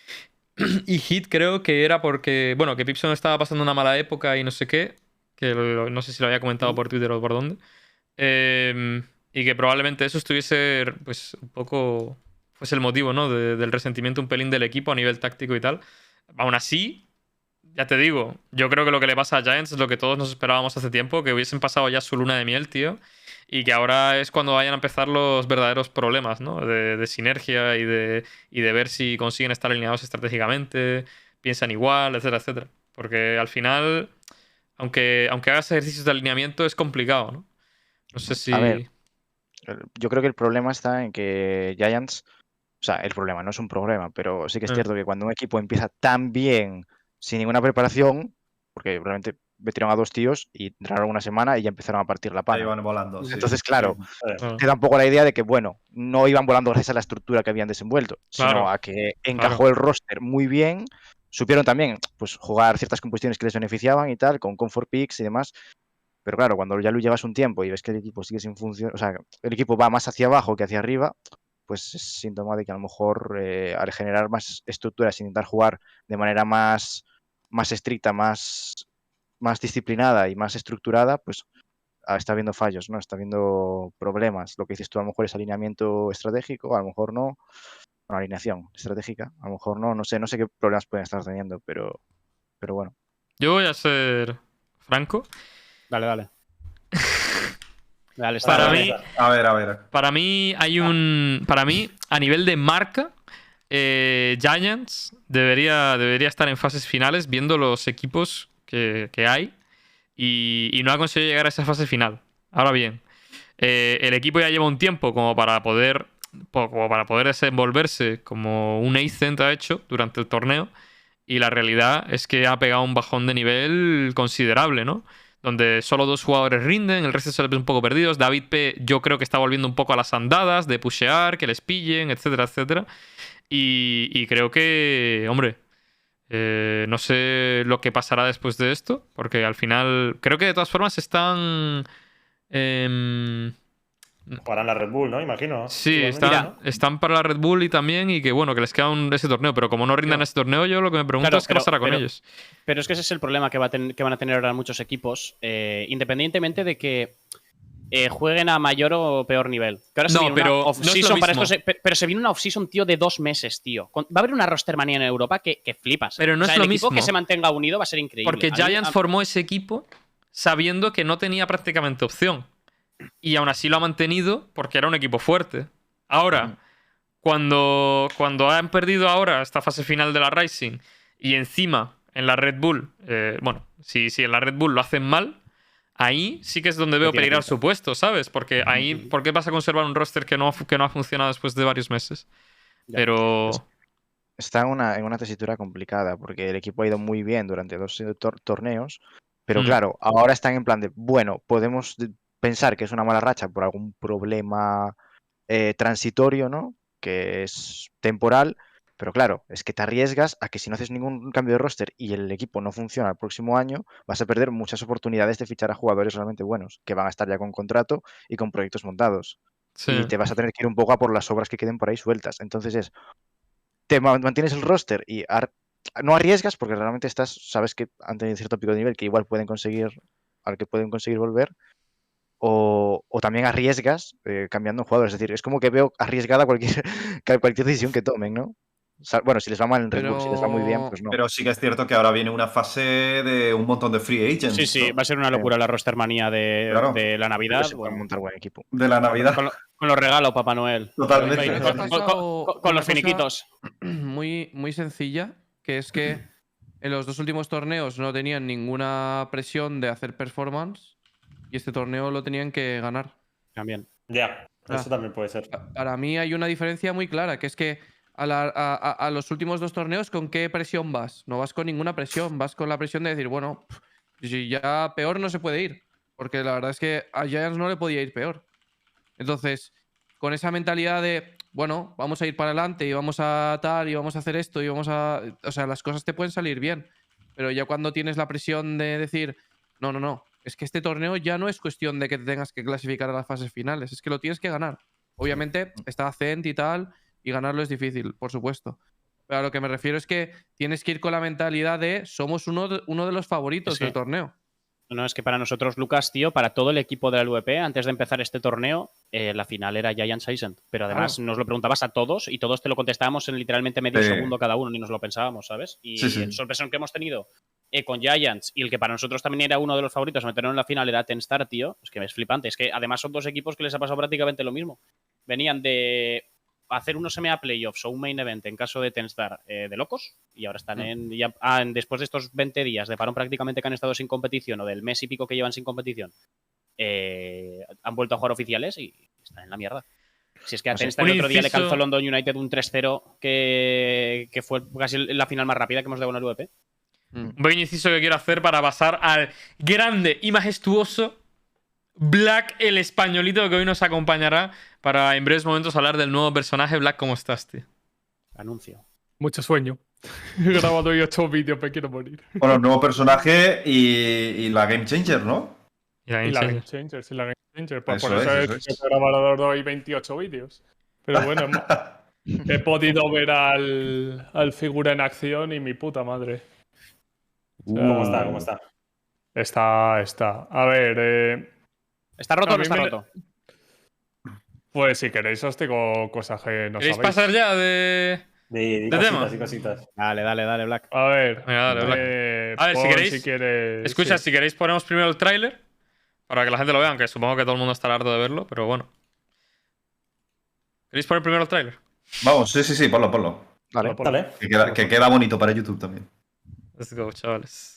Hit, creo que era porque, bueno, que Pipson estaba pasando una mala época y no sé qué. Que no sé si lo había comentado por Twitter o por dónde. Y que probablemente eso estuviese, pues, un poco. Fuese el motivo, ¿no? Del resentimiento un pelín del equipo a nivel táctico y tal. Aún así, ya te digo, yo creo que lo que le pasa a Giants es lo que todos nos esperábamos hace tiempo, que hubiesen pasado ya su luna de miel, tío. Y que ahora es cuando vayan a empezar los verdaderos problemas, ¿no? De sinergia y de ver si consiguen estar alineados estratégicamente, piensan igual, etcétera, etcétera. Porque al final, aunque hagas ejercicios de alineamiento, es complicado, ¿no? No sé si... A ver, yo creo que el problema está en que Giants, o sea, el problema no es un problema, pero sí que es cierto que cuando un equipo empieza tan bien, sin ninguna preparación, porque realmente metieron a 2 tíos y entraron una semana y ya empezaron a partir la Ahí pana. van volando. Sí. Entonces, claro, Claro. te da un poco la idea de que, bueno, no iban volando gracias a la estructura que habían desenvuelto, sino Claro, a que encajó el roster muy bien. Supieron también pues, jugar ciertas composiciones que les beneficiaban y tal, con comfort picks y demás. Pero claro, cuando ya lo llevas un tiempo y ves que el equipo sigue sin funcionar, o sea, el equipo va más hacia abajo que hacia arriba, pues es síntoma de que a lo mejor al generar más estructuras, intentar jugar de manera más estricta, más disciplinada y más estructurada, pues está habiendo fallos, ¿no? Está habiendo problemas. Lo que dices tú a lo mejor es alineamiento estratégico, a lo mejor no. Bueno, alineación estratégica, a lo mejor no sé qué problemas pueden estar teniendo, pero bueno. Yo voy a ser franco. Dale, dale. Dale, Para está mí, bien. A ver. Para mí hay un... Para mí, a nivel de marca, Giants debería estar en fases finales viendo los equipos que hay y no ha conseguido llegar a esa fase final. Ahora bien, el equipo ya lleva un tiempo como para poder desenvolverse como un Ascent ha hecho durante el torneo y la realidad es que ha pegado un bajón de nivel considerable, ¿no? Donde solo 2 jugadores rinden, el resto se les ve un poco perdidos. David P. yo creo que está volviendo un poco a las andadas de pushear, que les pillen, etcétera, etcétera. Y creo que, hombre, no sé lo que pasará después de esto, porque al final creo que de todas formas están... Para la Red Bull, ¿no? Imagino. Sí, Igualmente, están para la Red Bull y también, y que bueno, que les queda ese torneo, pero como no rindan ese torneo, yo lo que me pregunto Claro, es qué pasará con ellos. Pero es que ese es el problema que van a tener ahora muchos equipos, independientemente de que jueguen a mayor o peor nivel. Que ahora se No, viene pero una no es lo off-season para mismo. estos, pero se viene una off-season, tío, de 2 meses, tío. Va a haber una roster manía en Europa que flipas. Pero no o sea, es lo el equipo mismo. que se mantenga unido va a ser increíble. Porque Giants formó ese equipo sabiendo que no tenía prácticamente opción. Y aún así lo ha mantenido porque era un equipo fuerte. Ahora, cuando han perdido ahora esta fase final de la Rising y encima en la Red Bull, bueno, si en la Red Bull lo hacen mal, ahí sí que es donde veo peligrar su puesto, ¿sabes? Porque ahí, ¿por qué vas a conservar un roster que no ha funcionado después de varios meses? Ya. Pero... Está en una tesitura complicada porque el equipo ha ido muy bien durante 2 torneos, pero claro, ahora están en plan de, bueno, podemos pensar que es una mala racha por algún problema transitorio, ¿no? Que es temporal, pero claro, es que te arriesgas a que si no haces ningún cambio de roster y el equipo no funciona el próximo año, vas a perder muchas oportunidades de fichar a jugadores realmente buenos, que van a estar ya con contrato y con proyectos montados. Sí. Y te vas a tener que ir un poco a por las obras que queden por ahí sueltas. Entonces te mantienes el roster y no arriesgas porque realmente sabes que han tenido cierto pico de nivel que igual pueden conseguir volver, o también arriesgas cambiando un jugador. Es decir, es como que veo arriesgada cualquier decisión que tomen, ¿no? Bueno, si les va mal en Red Bull, si les va muy bien, pues no. Pero sí que es cierto que ahora viene una fase de un montón de free agents. Sí, ¿no? va a ser una locura la roster manía de la Navidad. Se pueden montar buen equipo. De la Navidad. Con los regalos, Papá Noel. Totalmente. Con los finiquitos. Muy, muy sencilla, que es que en los 2 últimos torneos no tenían ninguna presión de hacer performance y este torneo lo tenían que ganar. También. Ya, eso también puede ser. Para mí hay una diferencia muy clara, que es que a los últimos 2 torneos, ¿con qué presión vas? No vas con ninguna presión, vas con la presión de decir, bueno, si ya peor no se puede ir, porque la verdad es que a Giants no le podía ir peor. Entonces, con esa mentalidad de, bueno, vamos a ir para adelante y vamos a tal y vamos a hacer esto y vamos a... O sea, las cosas te pueden salir bien, pero ya cuando tienes la presión de decir, no, es que este torneo ya no es cuestión de que te tengas que clasificar a las fases finales, es que lo tienes que ganar. Obviamente está Cent y tal, y ganarlo es difícil, por supuesto. Pero a lo que me refiero es que tienes que ir con la mentalidad de somos uno de los favoritos del torneo. No, es que para nosotros, Lucas, tío, para todo el equipo de la LVP, antes de empezar este torneo, la final era Giants Ascent. Pero además nos lo preguntabas a todos y todos te lo contestábamos en literalmente medio segundo cada uno, ni nos lo pensábamos, ¿sabes? Y el sorpresón que hemos tenido con Giants y el que para nosotros también era uno de los favoritos a meterlo en la final era Tenstar, tío. Es que es flipante. Es que además son 2 equipos que les ha pasado prácticamente lo mismo. Venían de hacer unos MA Playoffs o un Main Event en caso de Tenstar de locos. Y ahora están después de estos 20 días de parón prácticamente que han estado sin competición o del mes y pico que llevan sin competición, han vuelto a jugar oficiales y están en la mierda. Si es que a Tenstar el otro día le calzó London United un 3-0 que fue casi la final más rápida que hemos dado en el VP. Un pequeño inciso que quiero hacer para pasar al grande y majestuoso Black, el españolito que hoy nos acompañará para en breves momentos hablar del nuevo personaje. Black, ¿cómo estás, tío? Anuncio. Mucho sueño. He grabado hoy 8 vídeos, me quiero morir. Bueno, nuevo personaje y la Game Changer, ¿no? Y la Game Changer, sí, la Game Changer. Pues Eso por eso es, he eso es. grabado hoy 28 vídeos. Pero bueno, he podido ver al figura en acción y mi puta madre. O sea, ¿Cómo está? ¿Cómo está? Está. A ver, ¿Está roto o no está roto? pues si queréis os digo cosas que no ¿Queréis sabéis. pasar ya de cositas tema? y cositas. Dale, Black. A ver, Venga, dale, Black. A ver, si queréis... Escucha, sí. si queréis ponemos primero el tráiler para que la gente lo vea, aunque supongo que todo el mundo estará harto de verlo, pero bueno. ¿Queréis poner primero el tráiler? Vamos, sí, ponlo. Dale. Que queda bonito para YouTube también. Let's go, chavales.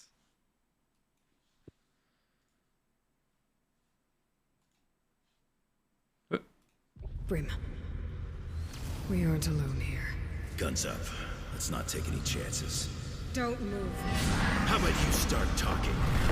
Brim, we aren't alone here. Guns up. Let's not take any chances. Don't move. How about you start talking?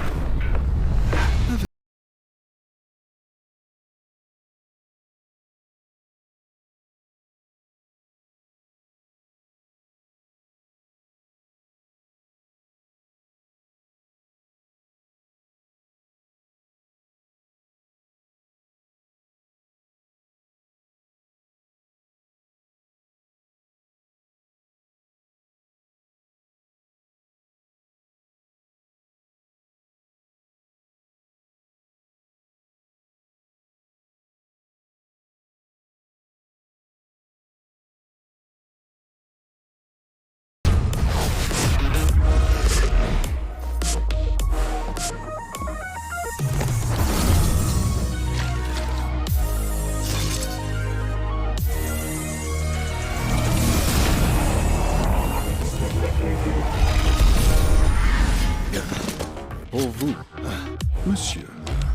Pour vous, monsieur.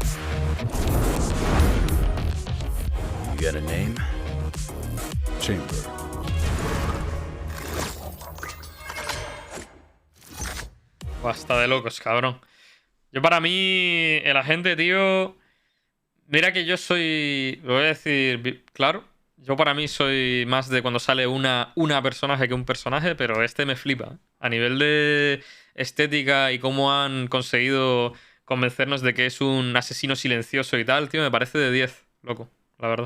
You got a name? Chamber. Basta de locos, cabrón. Yo para mí, el agente, tío... Mira que yo soy... Lo voy a decir claro. Yo para mí soy más de cuando sale una personaje que un personaje, pero este me flipa. A nivel de estética y cómo han conseguido convencernos de que es un asesino silencioso y tal, tío, me parece de 10, loco, la verdad.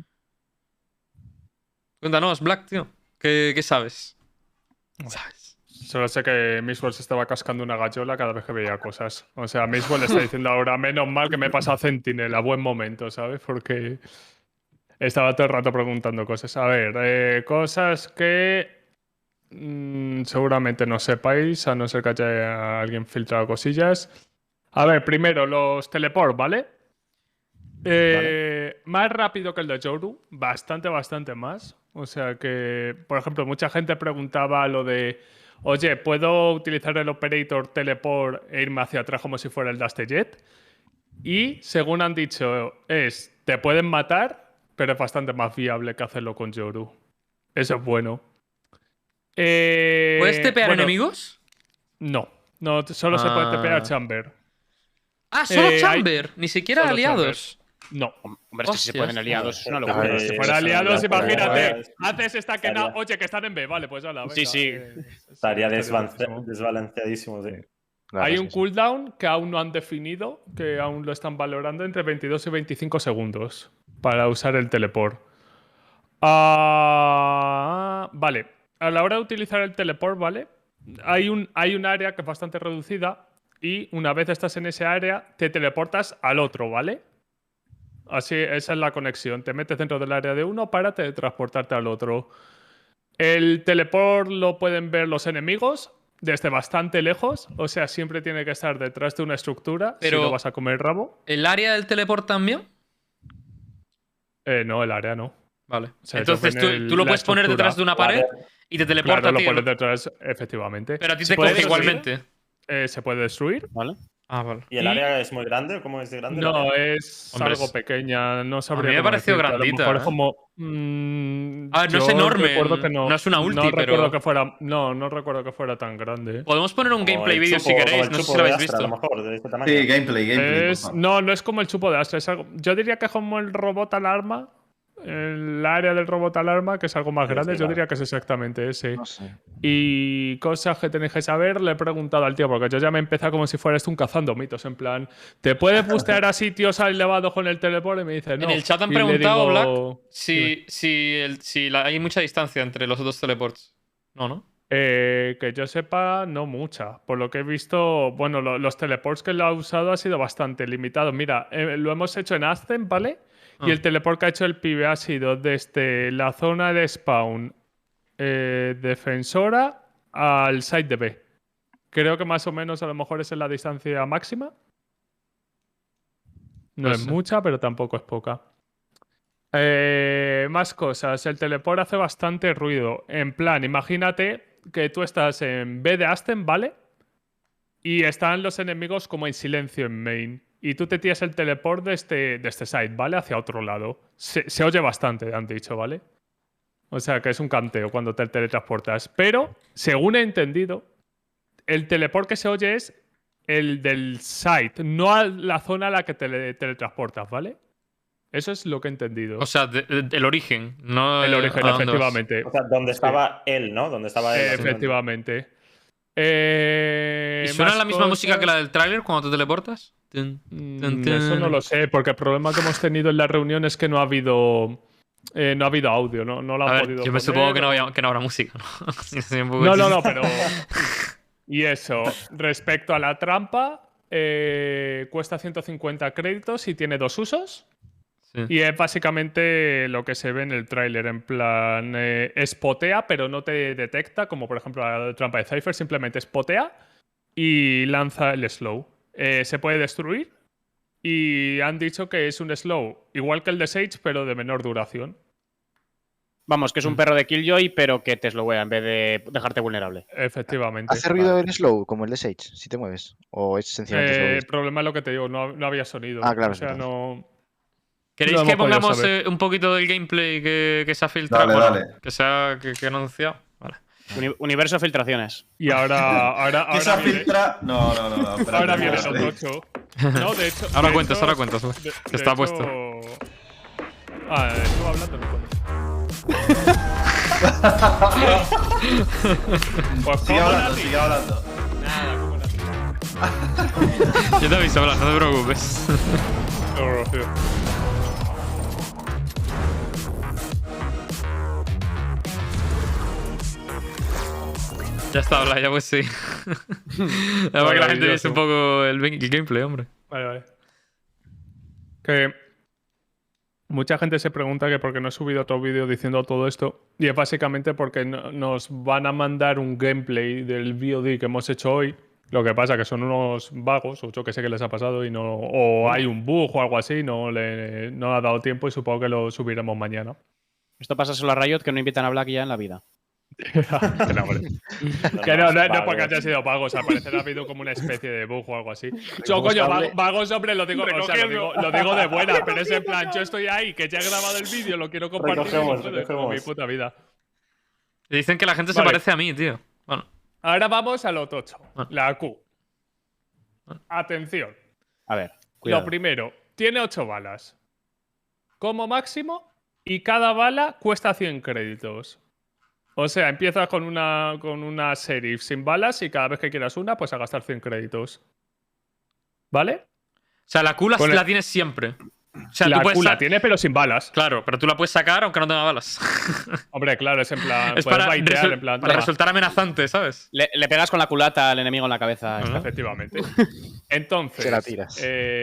Cuéntanos, Black, tío. ¿Qué sabes? ¿Sabes? Solo sé que Mixwell se estaba cascando una gallola cada vez que veía cosas. O sea, Mixwell le está diciendo ahora, menos mal que me pasa Sentinel a buen momento, ¿sabes? Porque estaba todo el rato preguntando cosas. A ver, cosas que seguramente no sepáis, a no ser que haya alguien filtrado cosillas. A ver, primero, los teleport, ¿vale? Más rápido que el de Yoru, bastante más. O sea que, por ejemplo, mucha gente preguntaba lo de, oye, ¿puedo utilizar el operator teleport e irme hacia atrás como si fuera el Dash Jet? Y, según han dicho, te pueden matar, pero es bastante más viable que hacerlo con Yoru. Eso es bueno. ¿Puedes tepear enemigos? No, solo se puede tepear Chamber. Ah, solo Chamber, ni siquiera aliados. Chamber. No. Hombre, es que si se pueden aliados, es una locura. Si fuera aliados, imagínate. Haces esta que no. Oye, que están en B. Vale, pues hala. Sí. Estaría desbalanceadísimo, sí. Hay un cooldown que aún no han definido, que aún lo están valorando entre 22 y 25 segundos para usar el teleport. Vale. A la hora de utilizar el teleport, ¿vale? Hay un área que es bastante reducida y una vez estás en ese área, te teleportas al otro, ¿vale? Así, esa es la conexión. Te metes dentro del área de uno para teletransportarte al otro. El teleport lo pueden ver los enemigos desde bastante lejos. O sea, siempre tiene que estar detrás de una estructura. Pero si no vas a comer rabo. ¿El área del teleport también? No, el área no. Vale. O sea, Entonces eso en tú lo la puedes poner estructura. detrás de una pared y te teleporta Claro, a lo ti. pones detrás, efectivamente. Pero a ti ¿Se te puede coge destruir? igualmente. Se puede destruir. ¿Vale? Ah, vale. ¿Y el área es muy grande? ¿Cómo es de grande? el No, área? es Hombre, algo pequeña. No sabría me ha cómo parecido decirte. grandita, A lo mejor ¿eh? es como. A ver, no es yo enorme, recuerdo que no es una ulti, no recuerdo pero- que fuera. No recuerdo que fuera tan grande. Podemos poner un Como gameplay el vídeo si chupo- como queréis. el No sé chupo si lo de habéis Astra, visto. a lo mejor, de este tamaño. Sí, gameplay, por favor. No es como el chupo de Astra. Yo diría que es como el robot alarma. El área del robot alarma, que es algo más Sí, grande, sí, yo vale. diría que es exactamente ese. No sé. Y cosas que tenéis que saber, le he preguntado al tío, porque yo ya me he empezado como si fuera esto un cazando mitos, en plan, ¿te puedes bustear a sitios elevados con el teleport? Y me dice, no. En el chat han Y le preguntado, digo, Black, si hay mucha distancia entre los dos teleports. No. que yo sepa, no mucha. Por lo que he visto, bueno, los teleports que lo ha usado ha sido bastante limitado. Mira, lo hemos hecho en Ascent, ¿vale? Y el teleport que ha hecho el pibe ha sido desde la zona de spawn defensora al site de B. Creo que más o menos a lo mejor esa es la distancia máxima. No Puede es ser. mucha, pero tampoco es poca. Más cosas. El teleport hace bastante ruido. En plan, imagínate que tú estás en B de Aston, ¿vale? Y están los enemigos como en silencio en main. Y tú te tiras el teleport de este site, ¿vale? Hacia otro lado. Se oye bastante, han dicho, ¿vale? O sea, que es un canteo cuando te teletransportas. Pero, según he entendido, el teleport que se oye es el del site, no a la zona a la que te teletransportas, ¿vale? Eso es lo que he entendido. O sea, el origen, no el origen, a dónde vas. efectivamente. O sea, donde estaba él, ¿no? Donde estaba él. Efectivamente. ¿Y suena más la misma música que la cosas. del tráiler cuando te teleportas? Eso no lo sé, porque el problema que hemos tenido en la reunión es que no ha habido audio, no lo A han ver, podido yo me poner, supongo que no, o- que no habrá música, ¿no? Sí, soy un poco No, chiste. pero. Y eso, respecto a la trampa, cuesta 150 créditos y tiene 2 usos. Sí. Y es básicamente lo que se ve en el tráiler, en plan, spotea, pero no te detecta, como por ejemplo la trampa de Cypher, simplemente spotea y lanza el slow. Se puede destruir y han dicho que es un slow igual que el de Sage, pero de menor duración. Vamos, que es un perro de Killjoy, pero que te slowea en vez de dejarte vulnerable. Efectivamente. ¿Hace ruido el slow como el de Sage, si te mueves? ¿O es sencillamente slow? El problema es lo que te digo, no había sonido. Ah, claro, O sea, sí, no. ¿Queréis No que hemos podido pongamos saber. un poquito del gameplay que se ha filtrado? Dale, Bueno, dale. que se ha que han anunciado. Vale. Universo filtraciones. Y ahora ¿Qué se viene, filtra? No, espérate, ahora viene espérate. lo tocho. No, de hecho. Ahora de cuentas, hecho- ahora cuentas. de- Que de está hecho- puesto. Estuvo hablando, no puedo. Pues Sigue ¿cómo hablando, nací? sigue hablando. Nada, ¿cómo nací? Yo te aviso, hablar, no te preocupes. No, tío. Ya está, habla, ya pues sí. Para que la gente viese un poco el gameplay, hombre. Vale. Que mucha gente se pregunta que por qué no he subido otro vídeo diciendo todo esto. Y es básicamente porque nos van a mandar un gameplay del VOD que hemos hecho hoy. Lo que pasa que son unos vagos, o yo que sé qué les ha pasado, y no, o hay un bug o algo así, no ha dado tiempo y supongo que lo subiremos mañana. Esto pasa solo a Riot, que no invitan a Black ya en la vida. Que no, hombre. Que no porque haya sido vagos, al parecer ha habido como una especie de bug o algo así. Yo, coño, vagos, hombre, lo digo, o sea, lo digo de buena, pero es en plan, yo estoy ahí, que ya he grabado el vídeo, lo quiero compartir. Recogemos. Como mi puta vida. Dicen que la gente se Vale. parece a mí, tío. Bueno, Ahora vamos a lo tocho. Ah. La Q. Atención. A ver, Lo cuidado. primero, tiene 8 balas. Como máximo, y cada bala cuesta 100 créditos. O sea, empiezas con una Serif sin balas y cada vez que quieras una, pues a gastar 100 créditos. ¿Vale? o sea, la Q Con el- la tienes siempre. O sea, la tú puedes Q la tiene, pero sin balas. Claro, pero tú la puedes sacar aunque no tenga balas. Hombre, claro, es en plan. Es puedes para, baitear, en plan. para toma. resultar amenazante, ¿sabes? Le pegas con la culata al enemigo en la cabeza. Ajá. Efectivamente. Entonces. Se la tiras.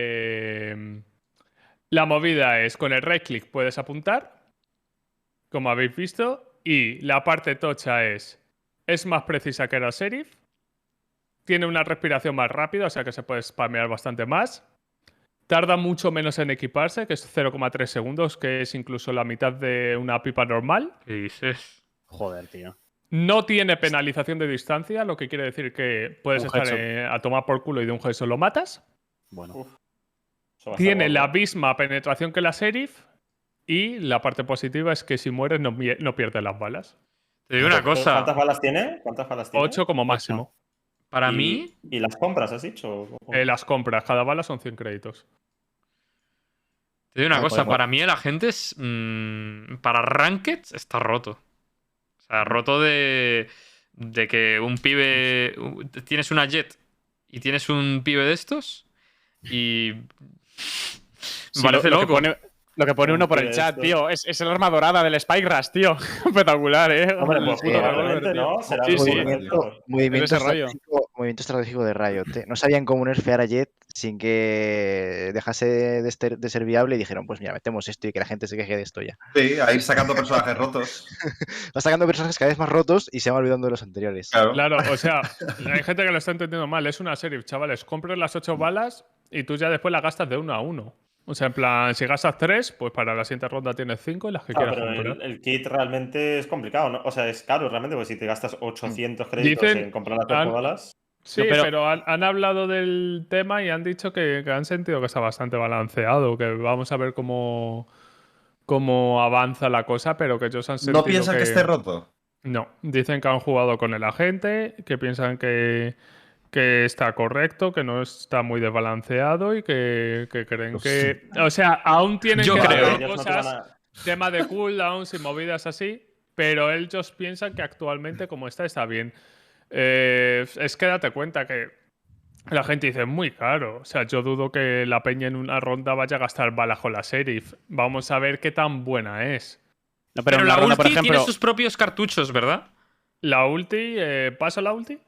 La movida es con el right click puedes apuntar, como habéis visto, y la parte tocha es más precisa que la Serif, tiene una respiración más rápida, o sea que se puede spamear bastante más, Tarda mucho menos en equiparse, que es 0,3 segundos, que es incluso la mitad de una pipa normal. ¿Qué dices? Joder, tío. No tiene penalización de distancia, lo que quiere decir que puedes Un estar headshot. a tomar por culo y de un headshot lo matas. Bueno. Uf, eso va a estar Tiene guapo. la misma penetración que la Sheriff. Y la parte positiva es que si mueres no pierdes las balas. Te digo una cosa. ¿Cuántas balas tiene? 8 como máximo. Para ¿Y- mí, ¿Y las compras, has dicho? Las compras, cada bala son 100 créditos. te digo una Ah, cosa. pues, Para mí el agente es... para Ranked está roto. O sea, roto de que un pibe... Tienes una Jet y tienes un pibe de estos y... Sí, parece lo que loco. lo que pone uno por el chat, tío. Es el arma dorada del Spike Rush, tío. Espectacular, ¿eh? Hombre, pues Sí, puto realmente, revólver, ¿no? Será Sí, un sí. Movimiento ese rollo. movimiento estratégico de Riot. No sabían cómo nerfear a Jet sin que dejase de ser viable y dijeron, pues mira, metemos esto y que la gente se queje de esto ya. Sí, a ir sacando personajes rotos. Va sacando personajes cada vez más rotos y se va olvidando de los anteriores. Claro. Claro, o sea, hay gente que lo está entendiendo mal. Es una Sheriff, chavales. Compres las 8 balas y tú ya después las gastas de 1 a 1. O sea, en plan, si gastas 3, pues para la siguiente ronda tienes 5 y las que Claro, quieras pero comprar. el kit realmente es complicado, ¿no? O sea, es caro realmente, porque si te gastas 800 créditos Dicen- en comprar las 8 balas. Sí, No, pero, pero- han hablado del tema y han dicho que han sentido que está bastante balanceado, que vamos a ver cómo avanza la cosa, pero que ellos han sentido ¿No piensan que esté roto? No, dicen que han jugado con el agente, que piensan que está correcto, que no está muy desbalanceado y que creen que... O sea, aún tienen Yo que creo. hacer Ellos no te van cosas, a- tema de cooldowns y movidas así, pero ellos piensan que actualmente como está bien. Es que date cuenta que la gente dice, muy caro. O sea, yo dudo que la peña en una ronda vaya a gastar balas con la Sheriff. Vamos a ver qué tan buena es. No, Pero en la una ronda, ulti por ejemplo. tiene sus propios cartuchos, ¿verdad? La ulti, ¿paso la ulti?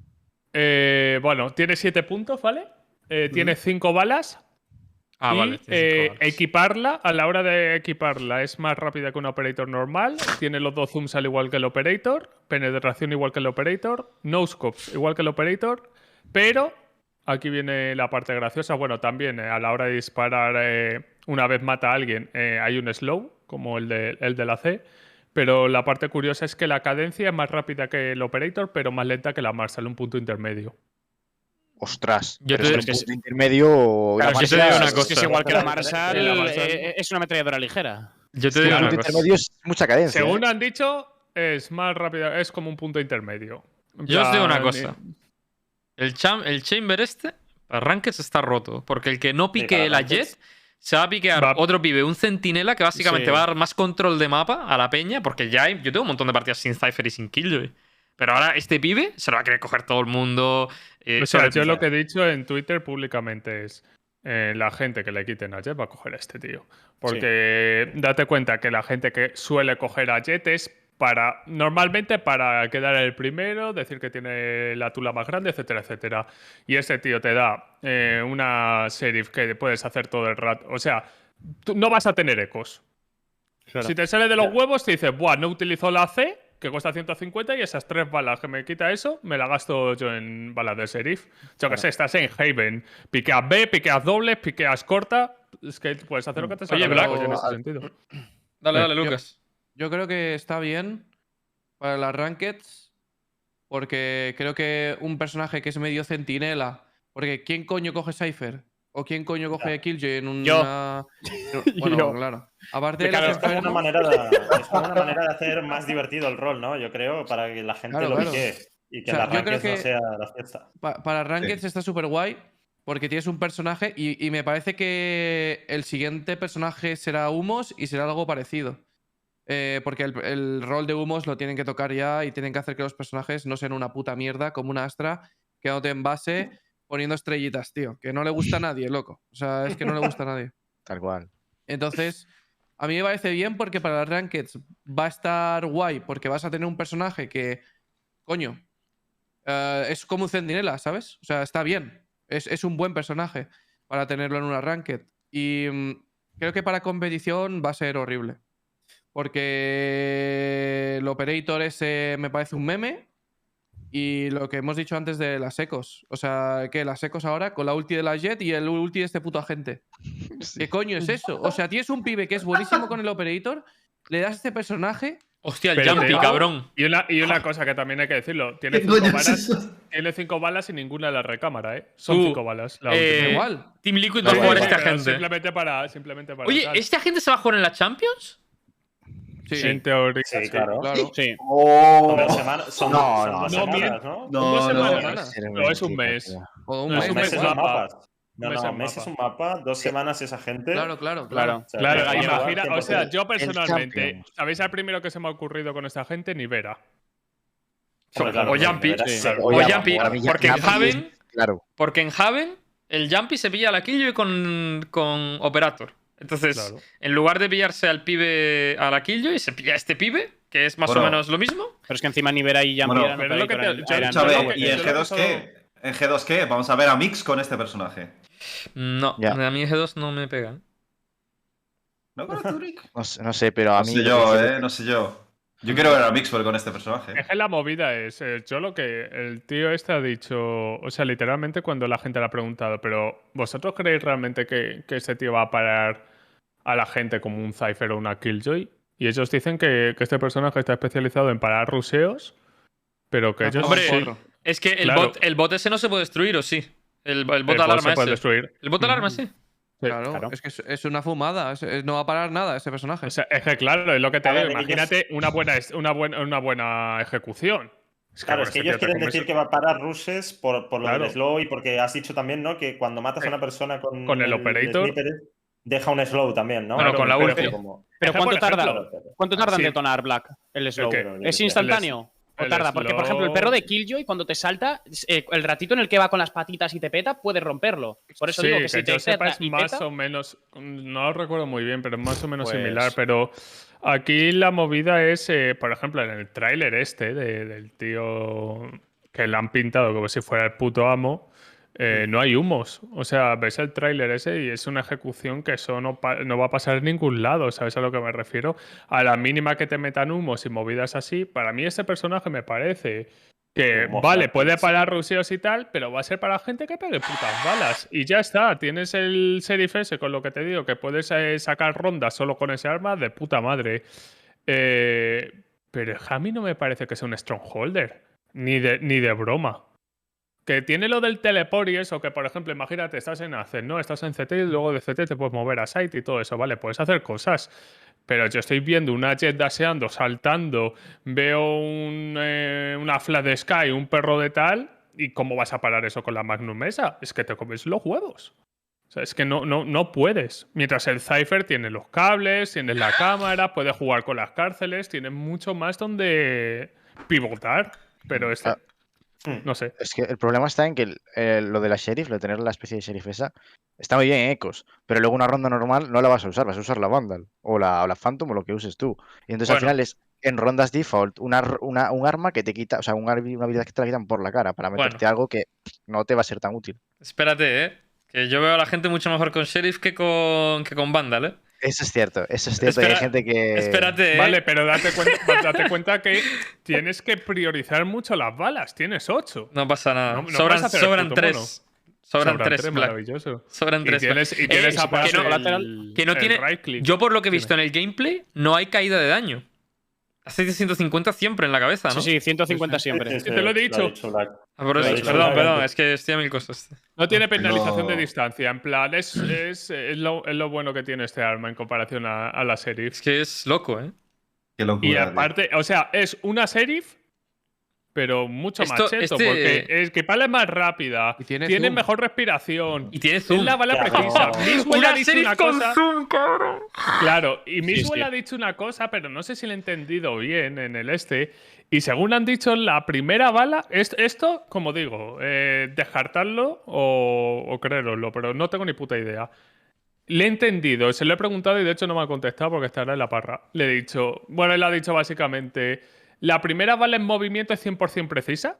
Bueno, tiene 7 puntos, ¿vale? Tiene 5 balas. Ah, y vale. tiene cinco balas. equiparla, a la hora de equiparla, es más rápida que un Operator normal. Tiene los 2 zooms al igual que el Operator. Penetración igual que el Operator. No scopes igual que el Operator. Pero aquí viene la parte graciosa. Bueno, también a la hora de disparar, una vez mata a alguien, hay un slow, como el de la C. Pero la parte curiosa es que la cadencia es más rápida que el Operator, pero más lenta que la Marshall, un punto intermedio. Ostras, Yo pero te- es que es un punto intermedio. Claro, una yo te digo Marshall- una es que es cosa. igual que la Y Marshall, la Marshall- es una ametralladora ligera. Yo te un digo punto una cosa. intermedio es mucha cadencia. Según ¿eh? han dicho, es más rápida, es como un punto intermedio. En Yo os digo una plan, cosa. El Chamber este, para Rankeds está roto. Porque el que no pique para la Rankeds. Jet, se va a piquear Va- otro pibe, un centinela, que básicamente Sí. va a dar más control de mapa a la peña. Porque ya yo tengo un montón de partidas sin Cypher y sin Killjoy. Pero ahora este pibe se lo va a querer coger todo el mundo. O sea, yo lo que he dicho en Twitter públicamente es la gente que le quiten a Jet va a coger a este tío. Porque date cuenta que la gente que suele coger a Jet es normalmente para quedar el primero, decir que tiene la tula más grande, etcétera, etcétera. Y este tío te da una Sheriff que puedes hacer todo el rato. O sea, tú no vas a tener ecos. Claro. Si te sale de los huevos, te dices, buah, no utilizó la C, que cuesta 150, y esas 3 balas que me quita eso, me la gasto yo en balas de Sheriff. Yo que sé, estás en Haven. Piqueas B, piqueas dobles, piqueas corta. Es que puedes hacer lo que te salga Oye, de la Black, polla en ese sentido. Dale, Lucas. Yo creo que está bien para las Rankeds, porque creo que un personaje que es medio centinela. Porque ¿quién coño coge Cypher? ¿O quién coño coge Killjoy en una. Yo. Bueno, Yo. claro. Aparte de Claro, las es como una enfermas- manera de hacer más divertido el rol, ¿no? Yo creo, para que la gente Claro, lo claro. pique y que O sea, las yo creo rankings no que- sea la fiesta. Para Rankeds está súper guay porque tienes un personaje y me parece que el siguiente personaje será Humos y será algo parecido. Porque el rol de Humos lo tienen que tocar ya y tienen que hacer que los personajes no sean una puta mierda como una Astra quedándote en base poniendo estrellitas, tío. Que no le gusta a nadie, loco. O sea, es que no le gusta a nadie. Tal cual. Entonces, a mí me parece bien porque para las Rankeds va a estar guay porque vas a tener un personaje que, coño, es como un centinela, ¿sabes? O sea, está bien. Es un buen personaje para tenerlo en una Ranked. Y creo que para competición va a ser horrible. Porque el Operator ese me parece un meme. Y lo que hemos dicho antes de las ecos. O sea, que las ecos ahora con la ulti de la Jet y el ulti de este puto agente. ¿Qué coño es eso? O sea, tienes un pibe que es buenísimo con el Operator, le das este personaje. Hostia, el Pero Jumpy, te- cabrón. Y una cosa que también hay que decirlo. Tiene ¿Qué 5 coño es balas, eso? tiene 5 balas y ninguna en la recámara, ¿eh? Son Tú, 5 balas. La eh, última. Igual. Team Liquid Da va a igual, jugar da este Pero agente. simplemente para Oye, tal. ¿este agente se va a jugar en la Champions? Sí. En teoría. Sí, claro. Claro. Sí. Oh. Son 2 semanas, son, No, son no, 2 no, semanas, ¿no? Dos No, semanas. Eres No, es un mentira, mes. tío. O un No, mes. es un mes mes es es un mapa. mapa. No, Un mes no, es mes mapa. es un mapa, 2 semanas esa gente. Claro, claro, Claro. claro. O sea, Claro, que va a imagina, jugar o sea, 100%. yo personalmente, Champions. ¿sabéis al primero que se me ha ocurrido con esta gente? Ni Vera. Hombre, claro, o claro, Jumpy. verás, Sí. claro. O Oye, Jumpy, para mí porque en Jumpy es- Haven, Claro. porque en Haven el Jumpy se pilla a la Killjoy con Operator. Entonces, Claro. en lugar de pillarse al pibe a la Killjoy, se pilla a este pibe, que es más o Bueno. menos lo mismo. Pero es que encima Nivera y Jumpy Bueno, eran pero es lo que Operator, te- eran- Escúchame, yo lo que- ¿y en yo lo que G2 qué? ¿En G2 qué? Vamos a ver a Mix con este personaje. No, Ya. a mí G2 no me pega. ¿No con Turic? No sé, pero a No mí. sé yo, no sé yo. Yo quiero ver a Mixwell con este personaje. Es que la movida es, yo lo que el tío este ha dicho, o sea, literalmente cuando la gente le ha preguntado, pero ¿vosotros creéis realmente que este tío va a parar a la gente como un Cypher o una Killjoy? Y ellos dicen que este personaje está especializado en parar ruseos, pero que ellos... Hombre, sí, es que Claro. el bot ese no se puede destruir, ¿o sí? El bot el bot alarma se puede ese. destruir. El bot alarma, sí. Sí. Claro, es que es una fumada. No va a parar nada ese personaje. O sea, es que claro, es lo que te A digo. ver, Imagínate una buena ejecución. Claro, bueno, es que este ellos tío te quieren decir comes- que va a parar rushes por lo Claro. del slow y porque has dicho también, ¿no? Que cuando matas a una persona con el operator- sniper, deja un slow también, ¿no? Bueno, con la pero- ulti. Como- Pero Es que, ¿cuánto por tarda? ejemplo, ¿Cuánto tarda en sí. detonar Black el slow? que- ¿Es instantáneo? ¿O el tarda? Porque, por ejemplo, el slow- perro de Killjoy, cuando te salta, el ratito en el que va con las patitas y te peta, puedes romperlo. Por eso sí, digo que si te yo sepa peta es y más peta, o menos, no lo recuerdo muy bien, pero es más o menos Pues- similar. Pero aquí la movida es, por ejemplo, en el tráiler este del tío que le han pintado como si fuera el puto amo, no hay humos. O sea, ves el tráiler ese y es una ejecución que eso no va a pasar en ningún lado, ¿sabes a lo que me refiero? A la mínima que te metan humos y movidas así, para mí este personaje me parece que, Como vale, Hawkins. puede parar ruseos y tal, pero va a ser para gente que pegue putas balas. Y ya está, tienes el Sheriff ese con lo que te digo, que puedes sacar rondas solo con ese arma de puta madre. Pero a mí no me parece que sea un Strongholder, ni de broma. Que tiene lo del teleport y eso, que por ejemplo, imagínate, estás en Acer, ¿no? Estás en CT y luego de CT te puedes mover a Site y todo eso, ¿vale? Puedes hacer cosas. Pero yo estoy viendo una Jet daseando, saltando, veo una Flash de Sky, un perro de tal, ¿y cómo vas a parar eso con la Magnum Mesa? Es que te comes los huevos. O sea, es que no puedes. Mientras el Cypher tiene los cables, tiene la cámara, puede jugar con las cárceles, tiene mucho más donde pivotar. Pero no sé. Es que el problema está en que lo de la sheriff, lo de tener la especie de sheriff esa, está muy bien en ecos, pero luego una ronda normal no la vas a usar la Vandal o la Phantom o lo que uses tú. Y entonces al Bueno. final es en rondas default un arma que te quita, o sea, una habilidad que te la quitan por la cara para meterte algo que no te va a ser tan útil. Espérate, que yo veo a la gente mucho mejor con Sheriff que con Vandal, ¿eh? Eso es cierto, y hay gente que... Espérate, Vale, pero date cuenta que tienes que priorizar mucho las balas. Tienes 8. No pasa nada. No puedes hacer el sobran puto 3. mono. Sobran 3, Black. Maravilloso. Sobran 3. Y tienes aparte que no tiene. right click. Yo, por lo que he visto en el gameplay, no hay caída de daño. Hace 150 siempre en la cabeza, ¿no? Sí, 150 siempre. Sí, te lo he dicho. Por eso, Lo ha dicho perdón, Black. es que estoy a mil cosas. No tiene penalización No. de distancia. En plan, es lo bueno que tiene este arma en comparación a la Sheriff. Es que es loco, ¿eh? Qué locura. Y tío. aparte, o sea, es una Sheriff, pero mucho Esto- más cheto, este- porque es que pala es más rápida, Y tiene tiene zoom. mejor respiración. Y tiene Es zoom. la bala Claro. precisa. Miswell ha dicho una cosa. zoom, cabrón. Claro, y Miswell sí. ha dicho una cosa, pero no sé si lo he entendido bien en el este. Y según han dicho, la primera bala. Esto, como digo, descartarlo o creeroslo, pero no tengo ni puta idea. Le he entendido, se lo he preguntado y de hecho no me ha contestado porque estará en la parra. Le he dicho. Bueno, él ha dicho básicamente. ¿La primera bala en movimiento es 100% precisa?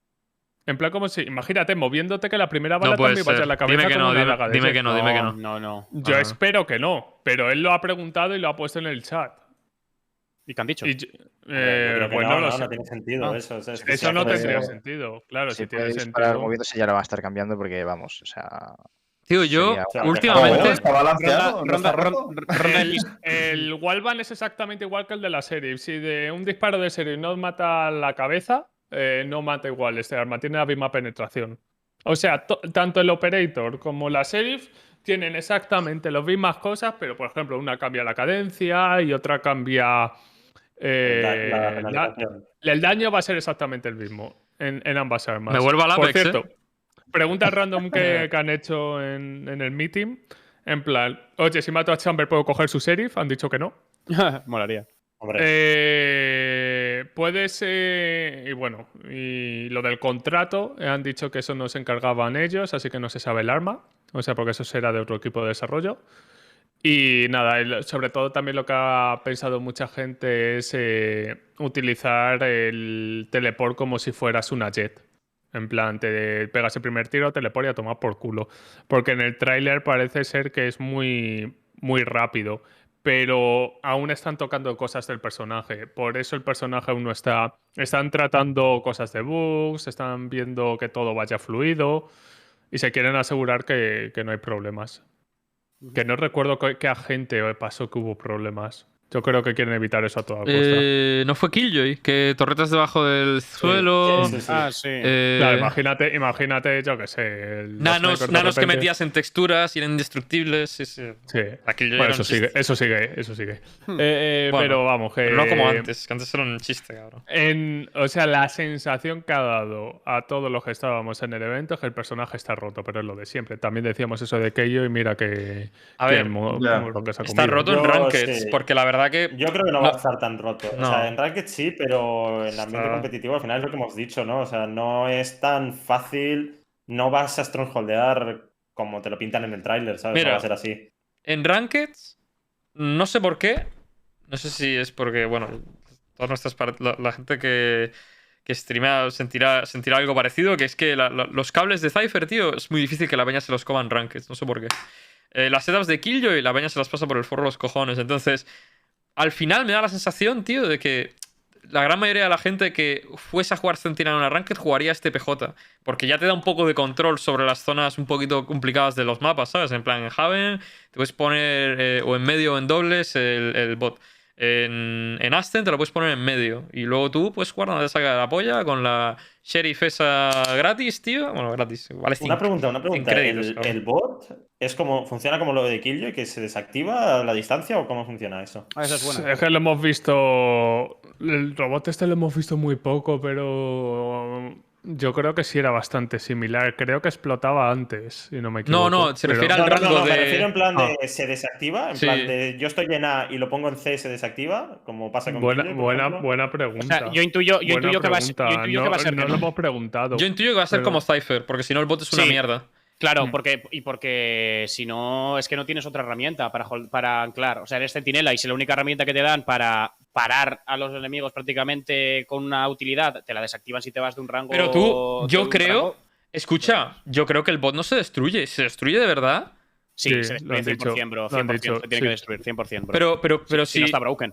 En plan, como si. Imagínate, moviéndote que la primera bala No puede también vaya ser. en la cabeza. Dime que como no, una dime, daga de dime jet. que no, dime que no. No. Yo Ah. espero que no, pero él lo ha preguntado y lo ha puesto en el chat. ¿Y qué han dicho? Y, Yo creo que pues no, lo sé. no tiene sentido Ah. eso. O sea, es que Eso si no hace tendría eso- sentido. Claro, Si si tiene puede disparar sentido. moviéndose ya la va a estar cambiando porque, vamos, o sea... Tío, yo sería- O sea, No, últimamente. está balanceado, no está ronda roto. El Wallbang es exactamente igual que el de la serie. Si de un disparo de serie no mata la cabeza, no mata igual este arma. Tiene la misma penetración. O sea, tanto el Operator como la Sheriff tienen exactamente las mismas cosas, pero por ejemplo, una cambia la cadencia y otra cambia. la El penalización. daño va a ser exactamente el mismo en ambas armas. Me vuelvo al Por Apex, cierto, preguntas random que han hecho en el meeting. En plan, oye, si mato a Chamber, ¿puedo coger su Sheriff? Han dicho que no. Molaría. Hombre, Puedes. Y bueno, y lo del contrato, han dicho que eso no se encargaban ellos, así que no se sabe el arma. O sea, porque eso será de otro equipo de desarrollo. Y nada, sobre todo también lo que ha pensado mucha gente es utilizar el teleport como si fueras una jet. En plan, te pegas el primer tiro, teleport y a tomar por culo. Porque en el tráiler parece ser que es muy, muy rápido. Pero aún están tocando cosas del personaje. Por eso el personaje aún no está. Están tratando cosas de bugs, están viendo que todo vaya fluido. Y se quieren asegurar que no hay problemas. Que no recuerdo qué agente pasó que hubo problemas. Yo creo que quieren evitar eso a toda costa. No fue Killjoy, que torretas debajo del suelo. sí. Ah, sí. Claro, imagínate, yo qué sé. Los Nanos, snipers de nanos que repente- metías en texturas y eran indestructibles. Sí. Sí. A Killjoy Bueno, era eso un chiste. sigue. Bueno, Pero vamos, que. Pero no como antes, que antes era un chiste, cabrón. O sea, la sensación que ha dado a todos los que estábamos en el evento es que el personaje está roto, pero es lo de siempre. También decíamos eso de Keio y mira que. A ver, ya. lo que se ha Está comido. roto en Yo Ranked, sí. porque la verdad que. yo creo que no va a estar tan roto. No. O sea, en Ranked sí, pero en ambiente Está- competitivo al final es lo que hemos dicho, ¿no? O sea, no es tan fácil, no vas a strongholdear como te lo pintan en el tráiler, ¿sabes? Mira. No va a ser así. En Ranked, no sé por qué. No sé si es porque, bueno, todas nuestras la gente que streamea sentirá algo parecido, que es que los cables de Cypher, tío, es muy difícil que la peña se los coma en Ranked, no sé por qué. Las setups de Killjoy, la peña se las pasa por el forro de los cojones. Entonces, al final me da la sensación, tío, de que la gran mayoría de la gente que fuese a jugar Sentinel en una Ranked jugaría este PJ. Porque ya te da un poco de control sobre las zonas un poquito complicadas de los mapas, ¿sabes? En plan, en Haven te puedes poner o en medio o en dobles el bot. En Aston te lo puedes poner en medio. Y luego tú puedes jugar donde te saca la polla con la Sheriff esa gratis, tío. Bueno, gratis. Vale, Una pregunta. créditos, ¿El, cabrón. el bot funciona como lo de Killjoy, que se desactiva a la distancia o cómo funciona eso? Ah, esa es buena. Es que lo hemos visto. El robot este lo hemos visto muy poco, pero. Yo creo que sí era bastante similar. Creo que explotaba antes, si no me equivoco. No, se Pero- refiere al rango me de. refiero en plan de se desactiva, en Sí. plan de yo estoy en A y lo pongo en C, se desactiva, como pasa con Killjoy, por ejemplo. buena pregunta. O sea, yo intuyo que va a ser. Pregunta. Yo intuyo que va a ser no que lo no. hemos preguntado. Yo intuyo que va a ser Pero- como Cypher, porque si no el bot es una Sí. mierda. Claro, porque si no, es que no tienes otra herramienta para anclar. O sea, eres centinela y si la única herramienta que te dan para parar a los enemigos prácticamente con una utilidad, te la desactivan si te vas de un rango. Pero tú, de yo un creo. rango. Escucha, yo creo que el bot no se destruye. ¿Se destruye de verdad? Sí, Sí, se lo han destruye 100%, dicho, bro. lo han 100%, dicho, se tiene sí. que destruir, 100%, bro. Pero si sí. no está broken.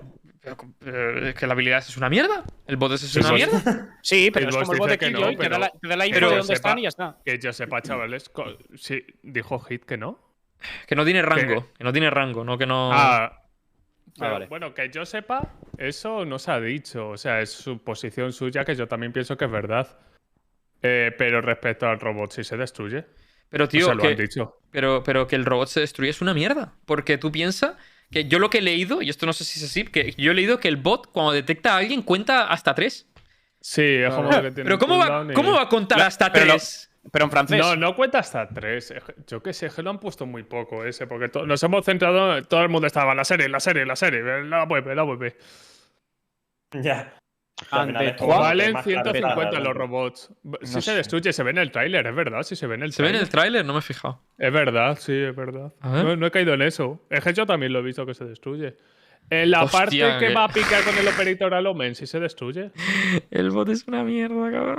Pero es que la habilidad es una mierda. El bot es Sí, una sí. mierda. Sí, pero El es boss como el bot de dice que no, Killjoy, te da pero- la info pero de dónde sepa- están y ya está. Que yo sepa, chavales. Sí, dijo Hit que no. Que no tiene rango. Que no tiene rango, no que no. Pero, vale. bueno, que yo sepa, eso no se ha dicho. O sea, es su posición suya, que yo también pienso que es verdad. Pero respecto al robot, si se destruye. Pero, tío, o sea, lo que, han dicho. pero que el robot se destruye es una mierda. Porque tú piensas que yo lo que he leído, y esto no sé si es así, que yo he leído que el bot, cuando detecta a alguien, cuenta hasta 3. Sí, es como lo que tiene Pero ¿cómo va a contar hasta pero 3? Pero en francés. No cuenta hasta 3. Yo qué sé, que lo han puesto muy poco ese, porque nos hemos centrado, todo el mundo estaba la serie, la web. Ya. Ante Al final es Trois, como Valen más claro 150 está, los realmente. robots. Si No se sé. destruye, se ve en el tráiler, es verdad, si se ve en el ¿Se ve en tráiler. el tráiler? No me he fijado. Es verdad, sí, es verdad. A ver. No he caído en eso. Es que yo también lo he visto que se destruye. En la Hostia, parte que que- va a picar con el Operator al Omen, si se destruye. El bot es una mierda, cabrón.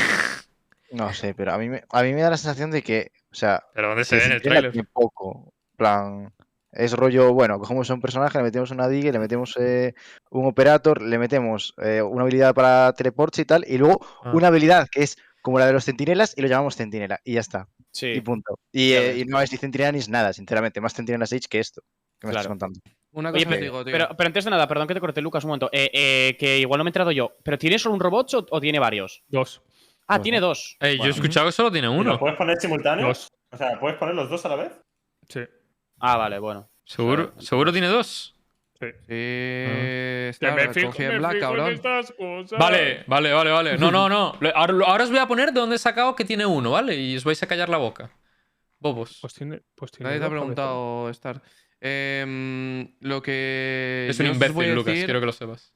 No sé, pero a mí me da la sensación de que, o sea, Pero ¿dónde se que ve en el Centinela tráiler? tiene poco, en plan, Es rollo, bueno, cogemos a un personaje, le metemos una digue, le metemos un operator, le metemos una habilidad para teleports y tal, y luego una habilidad que es como la de los centinelas y lo llamamos centinela, y ya está. Sí. Y punto. Y no es ni centinela ni es nada, sinceramente. Más centinelas Age que esto que me estás contando. Una Oye, cosa te digo, tío. pero antes de nada, perdón que te corté, Lucas, un momento. Que igual no me he enterado yo. ¿Pero tiene solo un robot o tiene varios? Dos. Ah, tiene dos. Yo he escuchado que solo tiene ¿Y uno. ¿Lo puedes poner simultáneo? Dos. O sea, ¿puedes poner los dos a la vez? Sí. Ah, vale, bueno. ¿Seguro tiene dos? Sí. Sí, me fijo, confía en me Black, fijo cabrón. en estas cosas. Vale. No. Ahora os voy a poner de dónde he sacado que tiene uno, ¿vale? Y os vais a callar la boca. Bobos. Pues tiene Nadie te ha dos, preguntado, Star. Lo que. Es un yo os voy imbécil, a Lucas, decir- quiero que lo sepas.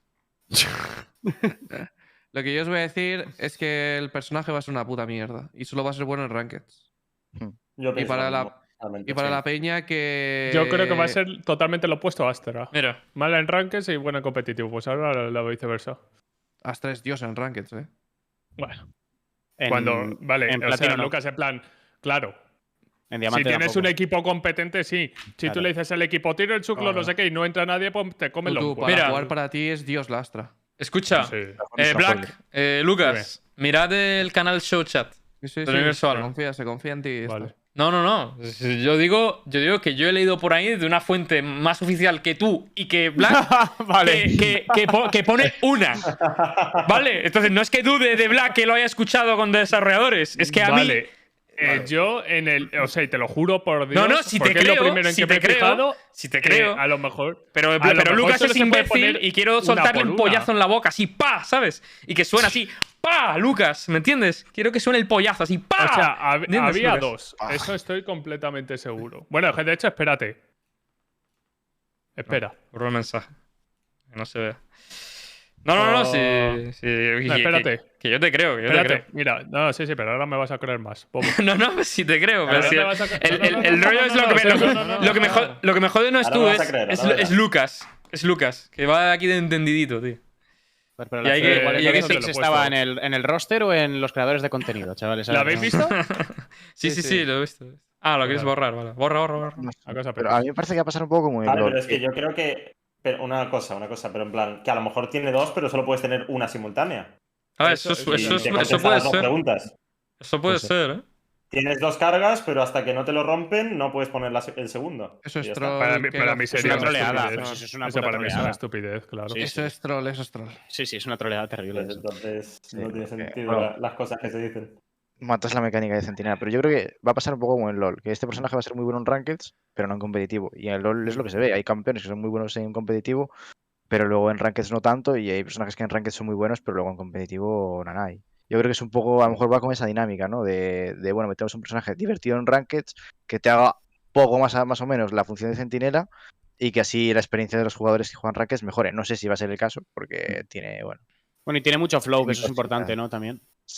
Lo que yo os voy a decir es que el personaje va a ser una puta mierda. Y solo va a ser bueno en Rankeds. Yo Y pienso para lo la, mismo, realmente, y para sí. la peña que. Yo creo que va a ser totalmente lo opuesto a Astra. Mira. Mala en rankings y buena en competitivo. Pues ahora la viceversa. Astra es Dios en Rankeds, Bueno. En- Vale, en o sea, platino no. Lucas, en plan, claro. En Si diamante tienes tampoco. un equipo competente, sí. Si tú Claro. le dices al equipo, tiro el chuclo, no sé qué, y no entra nadie, pues te comen los Para Mira. jugar para ti es Dios la Astra. Escucha, Sí. Black, Lucas, mirad el canal Show Chat. Sí, sí, del sí. Universo Valorant. Se confía en ti. Vale. Star. No. Yo digo que yo he leído por ahí de una fuente más oficial que tú y que Black Vale. que pone una. ¿Vale? Entonces no es que dude de Black que lo haya escuchado con desarrolladores. Es que a mí. Vale. Yo en el. O sea, y te lo juro por Dios. No, si te porque es lo creo, primero en si que te me he creo, fijado, si te creo. a lo mejor. Pero a lo mejor Lucas solo es se puede imbécil poner y quiero una soltarle por un una. pollazo en la boca, así, ¡pa! ¿Sabes? Y que suene así, ¡pa! Lucas, ¿me entiendes? Quiero que suene el pollazo, así, ¡pa! O sea, ¿Entiendes, había Lucas? dos. Eso estoy completamente seguro. Bueno, de hecho, espérate. Espera. Borro el mensaje. Que no se vea. No, sí. No, espérate. Que yo te creo, Espérate, mira, no, sí, pero ahora me vas a creer más. Bobo. No, sí te creo. Pero Ahora si me vas a creer. el rollo es lo que me jode no es Ahora tú, me vas a creer, ahora verás. es Lucas. Es Lucas, que va aquí de entendidito, tío. Pero Y hay que- igual y hay que entonces ser- estaba en el roster o en los creadores de contenido, chavales. ¿La habéis visto? Sí, lo he visto. Ah, lo quieres borrar, vale. Borra. No sé, A cosa pero a mí me parece que va a pasar un poco como en Vale, LoL. pero es que yo creo que. Pero una cosa, pero en plan, que a lo mejor tiene dos, pero solo puedes tener una simultánea. A ver, Eso- eso Y te puede contesta las dos ser. preguntas. Eso puede Puede ser, ¿eh? Tienes dos cargas, pero hasta que no te lo rompen, no puedes poner el segundo. Eso Y es ya está. troll. Para mí que sería una troleada, estupidez. pero eso es una Eso puta para mí es una troleada. estupidez, claro. Sí. Eso es troll, eso es troll. Sí, es una troleada terrible. Pues entonces no tiene sentido bueno. las cosas que se dicen. Matas la mecánica de Centinela, pero yo creo que va a pasar un poco como en LoL, que este personaje va a ser muy bueno en Rankeds, pero no en competitivo. Y en LoL es lo que se ve, hay campeones que son muy buenos en competitivo, pero luego en Rankeds no tanto, y hay personajes que en Rankeds son muy buenos, pero luego en competitivo no hay. Yo creo que es un poco, a lo mejor va con esa dinámica, ¿no? De bueno, metemos un personaje divertido en Rankeds, que te haga poco más o menos la función de Centinela, y que así la experiencia de los jugadores que juegan Rankeds mejore. No sé si va a ser el caso, porque tiene, bueno... Bueno, y tiene mucho flow, que eso es Sí, importante, ¿no? También.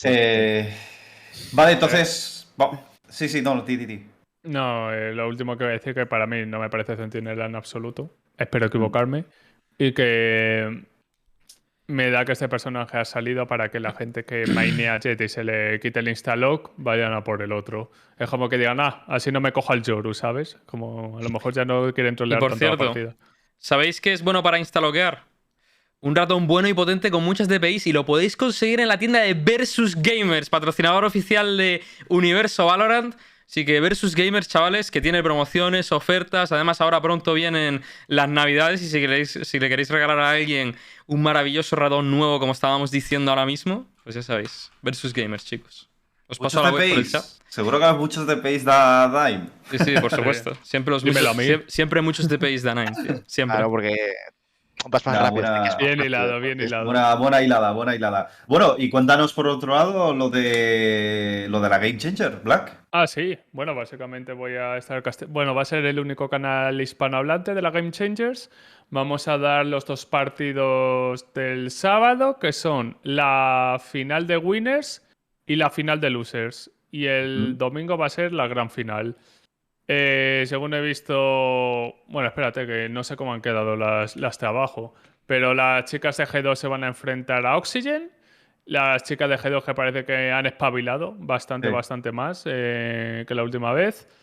Vale, entonces. Sí, no, ti. No, lo último que voy a decir que para mí no me parece Centinela en absoluto. Espero equivocarme. Y que me da que este personaje ha salido para que la gente que mainea Jet y se le quite el instalock vayan a por el otro. Es como que digan, así no me cojo al Yoru, ¿sabes? Como a lo mejor ya no quieren trolear por tanto la cierto, partida. ¿Sabéis qué es bueno para instaloquear? Un ratón bueno y potente con muchas DPIs y lo podéis conseguir en la tienda de Versus Gamers, patrocinador oficial de Universo Valorant. Así que Versus Gamers, chavales, que tiene promociones, ofertas. Además, ahora pronto vienen las Navidades y si le queréis regalar a alguien un maravilloso ratón nuevo, como estábamos diciendo ahora mismo, pues ya sabéis. Versus Gamers, chicos. Os paso la web por el chat. Seguro que muchos DPIs da Dime. Sí, por supuesto. Siempre Dímelo a mí. siempre muchos DPIs de Nine, tío. Siempre. Claro, porque vas más Ya, rápido. buena- es más Bien rápido. hilado, bien hilado. Buena hilada. Bueno, y cuéntanos por otro lado lo de la Game Changer, Black. Ah, sí. Bueno, básicamente voy a estar... Bueno, va a ser el único canal hispanohablante de la Game Changers. Vamos a dar los dos partidos del sábado, que son la final de Winners y la final de Losers. Y el domingo va a ser la gran final. Según he visto... Bueno, espérate, que no sé cómo han quedado las de abajo. Pero las chicas de G2 se van a enfrentar a Oxygen. Las chicas de G2 que parece que han espabilado bastante más que la última vez.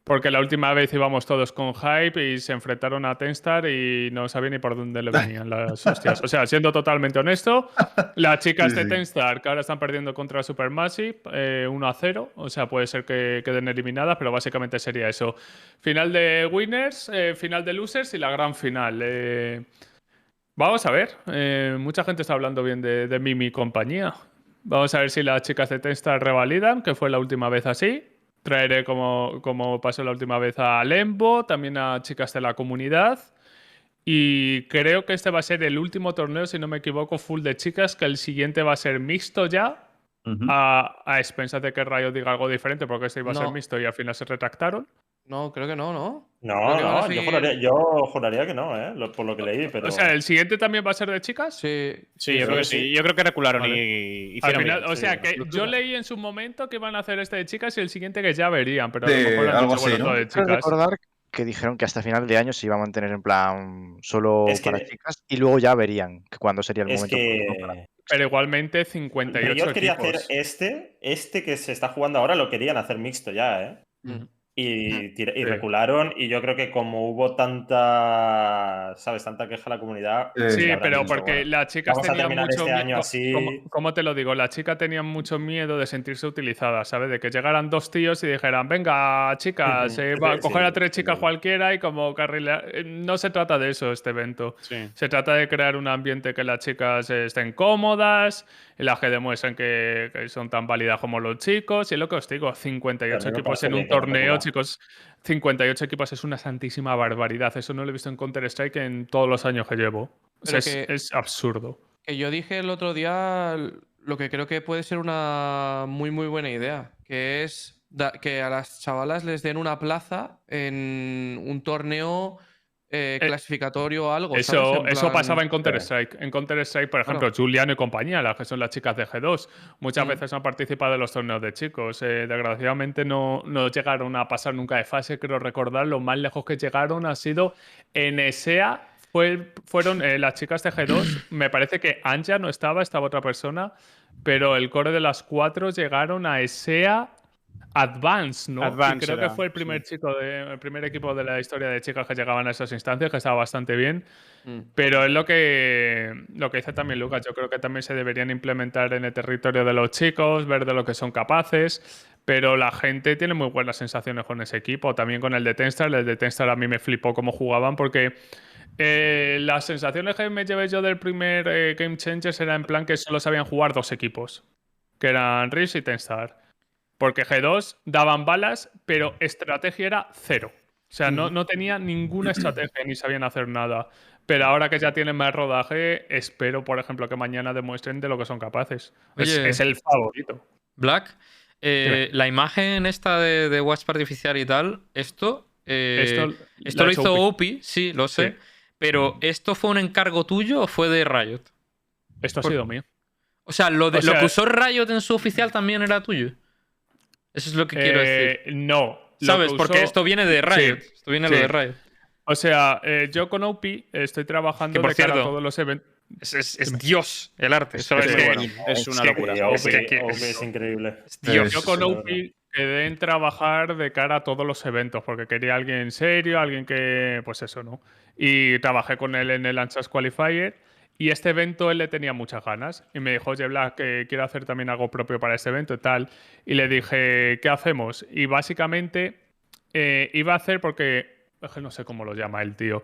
Porque la última vez íbamos todos con hype y se enfrentaron a Tenstar y no sabía ni por dónde le venían las hostias. O sea, siendo totalmente honesto, las chicas de Tenstar, que ahora están perdiendo contra Supermassive 1-0, o sea, puede ser que queden eliminadas, pero básicamente sería eso. Final de winners, final de losers y la gran final. Vamos a ver. Mucha gente está hablando bien de mi compañía. Vamos a ver si las chicas de Tenstar revalidan, que fue la última vez así. Traeré, como pasó la última vez, a Lembo, también a chicas de la comunidad. Y creo que este va a ser el último torneo, si no me equivoco, full de chicas, que el siguiente va a ser mixto ya. A expensas de que Riot diga algo diferente, porque este iba a ser mixto y al final se retractaron. No, creo que no, ¿no? No, yo juraría que no, por lo que leí. Pero... O sea, ¿el siguiente también va a ser de chicas? Sí, yo creo que sí. Yo creo que recularon Vale. y hicieron Al final, bien. o sea, que yo leí en su momento que iban a hacer este de chicas y el siguiente que ya verían, pero a Sí, lo mejor han algo dicho, así, bueno, ¿no? todo de Quiero chicas. recordar que dijeron que hasta final de año se iba a mantener en plan solo Es que- para chicas y luego ya verían que cuándo sería el Es momento oportuno para- que Pero igualmente 58 Riot quería equipos. hacer este que se está jugando ahora, lo querían hacer mixto ya, ¿eh? Y recularon, y yo creo que como hubo tanta queja a la comunidad. Sí, habrán pero dicho, porque bueno, las chicas vamos a tenían terminar mucho este año miedo. así. ¿Cómo te lo digo? Las chicas tenían mucho miedo de sentirse utilizadas, ¿sabes? De que llegaran dos tíos y dijeran, venga, chicas, va a coger a tres chicas cualquiera y como carrilear. No se trata de eso este evento. Sí. Se trata de crear un ambiente que las chicas estén cómodas, en las que demuestren que son tan válidas como los chicos. Y es lo que os digo, 58 Pero a mí me equipos parece en un bien que no torneo, recula. chicos. 58 equipos es una santísima barbaridad. Eso no lo he visto en Counter-Strike en todos los años que llevo. O sea, Pero es absurdo. Que yo dije el otro día lo que creo que puede ser una muy, muy buena idea, que es que a las chavalas les den una plaza en un torneo clasificatorio o algo. ¿sabes? Eso En plan- pasaba en Counter-Strike. En Counter-Strike, por ejemplo, Juliano y compañía, las que son las chicas de G2, muchas veces han participado en los torneos de chicos. Desgraciadamente no llegaron a pasar nunca de fase, creo recordar. Lo más lejos que llegaron ha sido en ESEA. Fueron las chicas de G2. Me parece que Anja no estaba otra persona, pero el core de las 4 llegaron a ESEA Advance, ¿no? Advance Y creo que era, fue el primer equipo de la historia de chicas que llegaban a esas instancias, que estaba bastante bien. Pero es lo que dice también Lucas. Yo creo que también se deberían implementar en el territorio de los chicos, ver de lo que son capaces. Pero la gente tiene muy buenas sensaciones con ese equipo. También con el de Tenstar. El de Tenstar a mí me flipó cómo jugaban porque las sensaciones que me llevé yo del primer Game Changers era en plan que solo sabían jugar dos equipos, que eran Risk y Tenstar. Porque G2 daban balas, pero estrategia era cero. O sea, no tenía ninguna estrategia ni sabían hacer nada. Pero ahora que ya tienen más rodaje, espero, por ejemplo, que mañana demuestren de lo que son capaces. Oye, es el favorito. Black, la imagen esta de Wasp artificial y tal, esto lo hizo OPI, sí, lo sé. Sí. Pero ¿esto fue un encargo tuyo o fue de Riot? Esto ha sido mío. O sea, lo que usó Riot en su oficial también era tuyo. Eso es lo que quiero decir. No. ¿Sabes? Porque esto viene de Riot. Sí, Esto viene lo de Riot. O sea, yo con OPI estoy trabajando Que, por de cara cierto, a todos los eventos. Es Dios el arte. Es una locura. Es increíble. Yo con OPI quedé en trabajar de cara a todos los eventos porque quería alguien serio, alguien que, pues eso, ¿no? Y trabajé con él en el Anchas Qualifier y este evento él le tenía muchas ganas y me dijo, oye, Black, que quiero hacer también algo propio para este evento y tal. Y le dije, ¿qué hacemos? Y básicamente iba a hacer porque, es que no sé cómo lo llama el tío.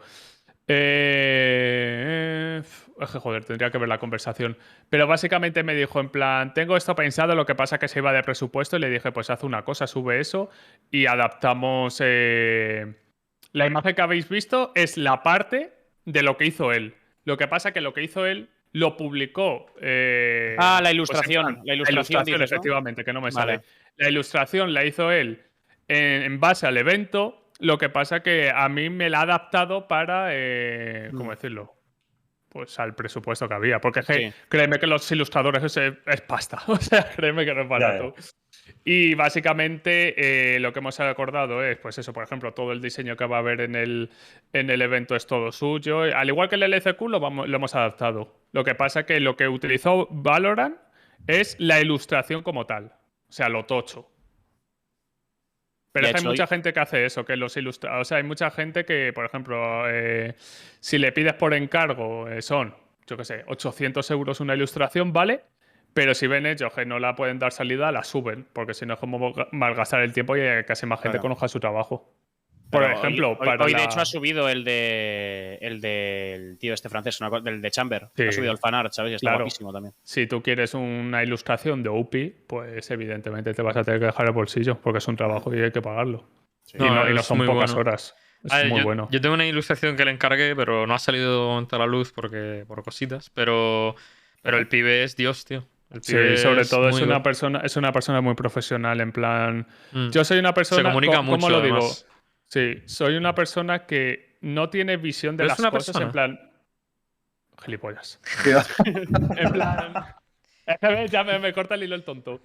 Es que joder, tendría que ver la conversación. Pero básicamente me dijo en plan, tengo esto pensado, lo que pasa que se iba de presupuesto y le dije, pues haz una cosa, sube eso y adaptamos. La imagen que habéis visto es la parte de lo que hizo él. Lo que pasa que lo que hizo él lo publicó. La ilustración. Pues la ilustración dices, ¿no? Efectivamente, que no me sale. Vale. La ilustración la hizo él en base al evento. Lo que pasa que a mí me la ha adaptado para, ¿cómo decirlo? Pues al presupuesto que había. Porque es que, créeme que los ilustradores es pasta. O sea, créeme que no es barato. Y básicamente lo que hemos acordado es, pues eso, por ejemplo, todo el diseño que va a haber en el evento es todo suyo. Al igual que el LCQ lo hemos adaptado. Lo que pasa que lo que utilizó Valorant es la ilustración como tal. O sea, lo tocho. Pero De es que hay hecho, mucha gente que hace eso, que los ilustra. O sea, hay mucha gente que, por ejemplo, si le pides por encargo, son, yo qué sé, 800 euros una ilustración, ¿vale? Pero si ven ellos que no la pueden dar salida, la suben, porque si no es como malgastar el tiempo y casi más gente Claro. conozca su trabajo. Por Pero ejemplo, hoy, para hoy, la... de hecho ha subido el del tío este francés, del de Chamber. Sí. Ha subido el fanart, ¿sabes? Y está Claro. guapísimo también. Si tú quieres una ilustración de UPI, pues evidentemente te vas a tener que dejar el bolsillo, porque es un trabajo y hay que pagarlo. Sí. Y no es son muy pocas bueno. horas. Es A ver, muy yo, bueno. yo tengo una ilustración que le encargué, pero no ha salido a la luz por cositas. Pero el pibe es Dios, tío. El pibe Sí, sobre todo es muy una bueno. persona muy profesional, en plan. Yo soy una Se persona. comunica ¿Cómo mucho, lo digo? además. Sí, soy una persona que no tiene visión de ¿Pero las es una cosas, persona? en plan. Gilipollas. Tío. En plan. Es que ya me corta el hilo el tonto.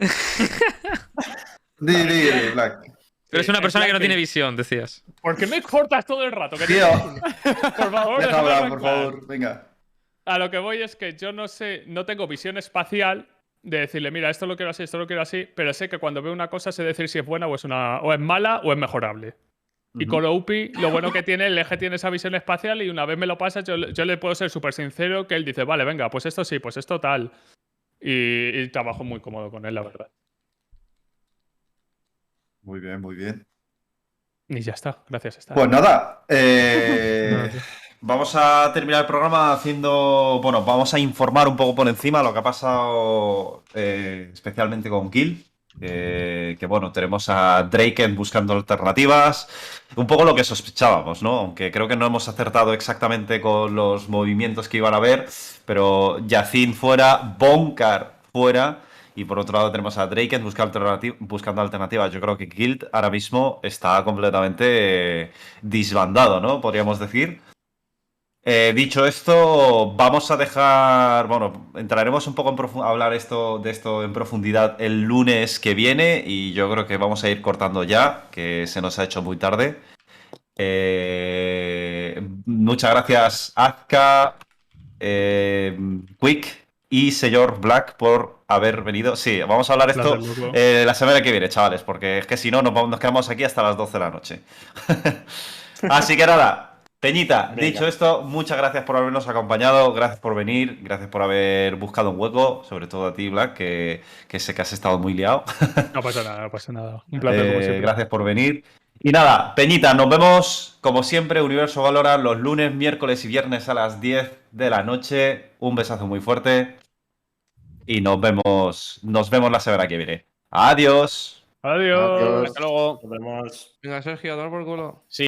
Di, Black. Pero es una en persona plan que no que- tiene visión, decías. ¿Por qué me cortas todo el rato? Tío. Por favor, Deja déjame hablar, por arrancar. favor. Venga. A lo que voy es que yo no sé, no tengo visión espacial de decirle, mira, esto lo quiero así, esto lo quiero así, pero sé que cuando veo una cosa sé decir si es buena o es mala o es mejorable. Y con lo UPI, lo bueno que tiene, el eje tiene esa visión espacial y una vez me lo pasas, yo le puedo ser súper sincero que él dice, vale, venga, pues esto sí, pues esto tal. Y trabajo muy cómodo con él, la verdad. Muy bien, muy bien. Y ya está, gracias. Pues nada, Nada, tío. vamos a terminar el programa haciendo, bueno, vamos a informar un poco por encima lo que ha pasado especialmente con Kill. Que bueno, tenemos a Draken buscando alternativas, un poco lo que sospechábamos, ¿no? Aunque creo que no hemos acertado exactamente con los movimientos que iban a haber, pero Yacine fuera, Bonkar fuera. Y por otro lado tenemos a Draken buscando alternativas. Yo creo que Guild ahora mismo está completamente disbandado, ¿no? Podríamos decir. Dicho esto, vamos a dejar... Bueno, entraremos un poco a hablar de esto en profundidad el lunes que viene y yo creo que vamos a ir cortando ya, que se nos ha hecho muy tarde. Muchas gracias, Azka, Quick y señor Black por haber venido. Sí, vamos a hablar esto la semana que viene, chavales, porque es que si no nos quedamos aquí hasta las 12 de la noche. Así que nada, Peñita, Venga. dicho esto, muchas gracias por habernos acompañado, gracias por venir, gracias por haber buscado un hueco, sobre todo a ti, Black, que sé que has estado muy liado. No pasa nada, no pasa nada. Un placer, como siempre. Gracias por venir. Y nada, Peñita, nos vemos como siempre, Universo Valorant, los lunes, miércoles y viernes a las 10 de la noche. Un besazo muy fuerte y nos vemos la semana que viene. Adiós. Adiós. Hasta luego. Nos vemos. Venga, Sergio, a tomar por culo. Sí.